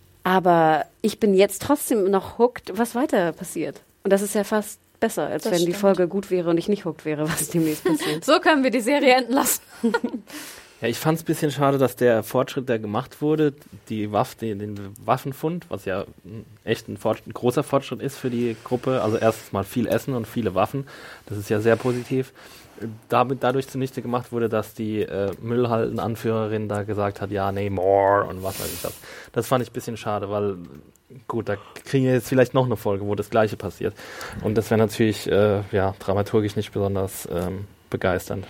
Aber ich bin jetzt trotzdem noch hooked, was weiter passiert. Und das ist ja fast besser, als das wenn stimmt. die Folge gut wäre und ich nicht hooked wäre, was demnächst passiert. So können wir die Serie enden lassen. Ja, ich fand es ein bisschen schade, dass der Fortschritt, der gemacht wurde, die Waff, den, den Waffenfund, was ja echt ein, Fortschritt, ein großer Fortschritt ist für die Gruppe, also erstens mal viel Essen und viele Waffen, das ist ja sehr positiv. Damit, dadurch zunichte gemacht wurde, dass die äh, Müllhalden-Anführerin da gesagt hat, ja, nee, more und was weiß ich das. Das fand ich ein bisschen schade, weil, gut, da kriegen wir jetzt vielleicht noch eine Folge, wo das Gleiche passiert. Und das wäre natürlich, äh, ja, dramaturgisch nicht besonders ähm, begeisternd.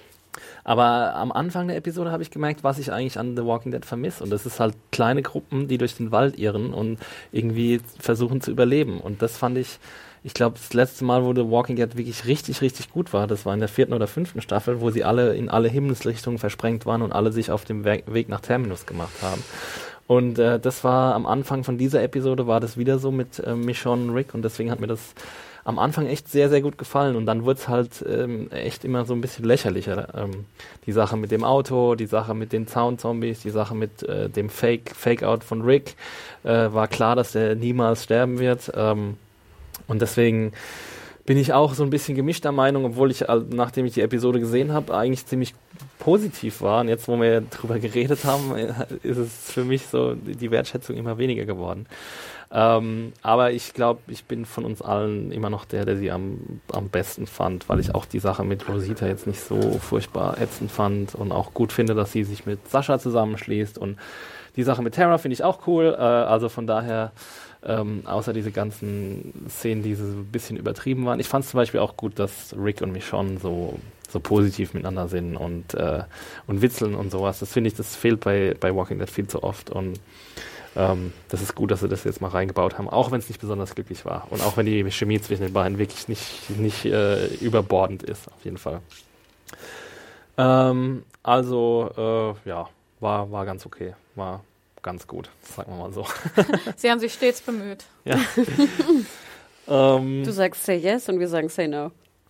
Aber am Anfang der Episode habe ich gemerkt, was ich eigentlich an The Walking Dead vermisse. Und das ist halt kleine Gruppen, die durch den Wald irren und irgendwie versuchen zu überleben. Und das fand ich, ich glaube, das letzte Mal, wo The Walking Dead wirklich richtig, richtig gut war, das war in der vierten oder fünften Staffel, wo sie alle in alle Himmelsrichtungen versprengt waren und alle sich auf dem We- Weg nach Terminus gemacht haben. Und äh, das war am Anfang von dieser Episode, war das wieder so mit äh, Michonne und Rick und deswegen hat mir das am Anfang echt sehr, sehr gut gefallen und dann wurde es halt ähm, echt immer so ein bisschen lächerlicher. Ähm, die Sache mit dem Auto, die Sache mit den Zaun-Zombies, die Sache mit äh, dem Fake, Fake-Out von Rick, äh, war klar, dass er niemals sterben wird. Ähm, und deswegen bin ich auch so ein bisschen gemischter Meinung, obwohl ich, nachdem ich die Episode gesehen habe, eigentlich ziemlich positiv war. Und jetzt, wo wir drüber geredet haben, ist es für mich so die Wertschätzung immer weniger geworden. Ähm, aber ich glaube, ich bin von uns allen immer noch der, der sie am, am besten fand, weil ich auch die Sache mit Rosita jetzt nicht so furchtbar ätzend fand und auch gut finde, dass sie sich mit Sascha zusammenschließt. Und die Sache mit Tara finde ich auch cool. Äh, also von daher, ähm, außer diese ganzen Szenen, die so ein bisschen übertrieben waren. Ich fand es zum Beispiel auch gut, dass Rick und Michonne so so positiv miteinander sind und, äh, und witzeln und sowas. Das finde ich, das fehlt bei, bei Walking Dead viel zu oft und ähm, das ist gut, dass sie das jetzt mal reingebaut haben, auch wenn es nicht besonders glücklich war und auch wenn die Chemie zwischen den beiden wirklich nicht, nicht äh, überbordend ist, auf jeden Fall. Ähm, also, äh, ja, war, war ganz okay, war ganz gut, sagen wir mal so. Sie haben sich stets bemüht. Ja. ähm, Du sagst say yes und wir sagen say no.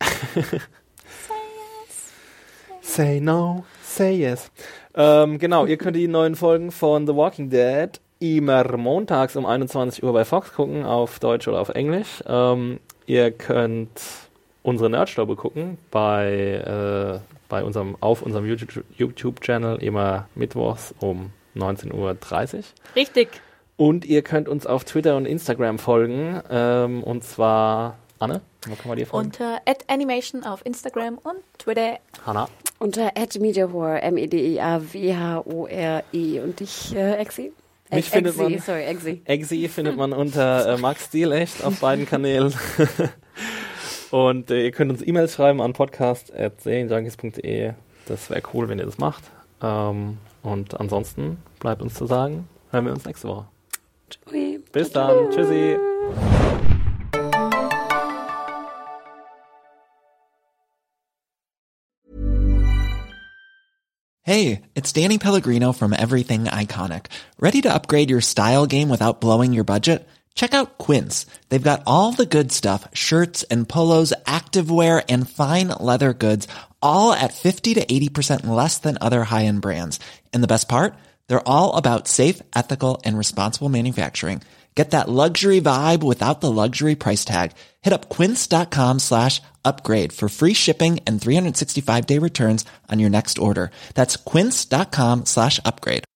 Say no, say yes. Ähm, genau, ihr könnt die neuen Folgen von The Walking Dead immer montags um einundzwanzig Uhr bei Fox gucken, auf Deutsch oder auf Englisch. Ähm, ihr könnt unsere Nerdstube gucken bei, äh, bei unserem, auf unserem YouTube-Channel immer mittwochs um neunzehn Uhr dreißig. Richtig. Und ihr könnt uns auf Twitter und Instagram folgen. Ähm, und zwar, Anne, wo kann man dir folgen? Unter at Animation auf Instagram und Twitter. Hanna. Unter at Mediahore, M E D I A W H O R E. Und dich, äh, Exi? Mich findet man, sorry, Exi. Exi findet man unter äh, Max Stilecht auf beiden Kanälen. Und äh, ihr könnt uns E-Mails schreiben an podcast at serienjunkies punkt de. Das wäre cool, wenn ihr das macht. Ähm, und ansonsten bleibt uns zu sagen, hören wir uns nächste Woche. Tschui. Bis dann. Tschüssi. Hey, it's Danny Pellegrino from Everything Iconic. Ready to upgrade your style game without blowing your budget? Check out Quince. They've got all the good stuff, shirts and polos, activewear, and fine leather goods, all at fifty to eighty percent less than other high-end brands. And the best part? They're all about safe, ethical, and responsible manufacturing. Get that luxury vibe without the luxury price tag. Hit up quince.com slash upgrade for free shipping and three sixty-five day returns on your next order. That's quince.com slash upgrade.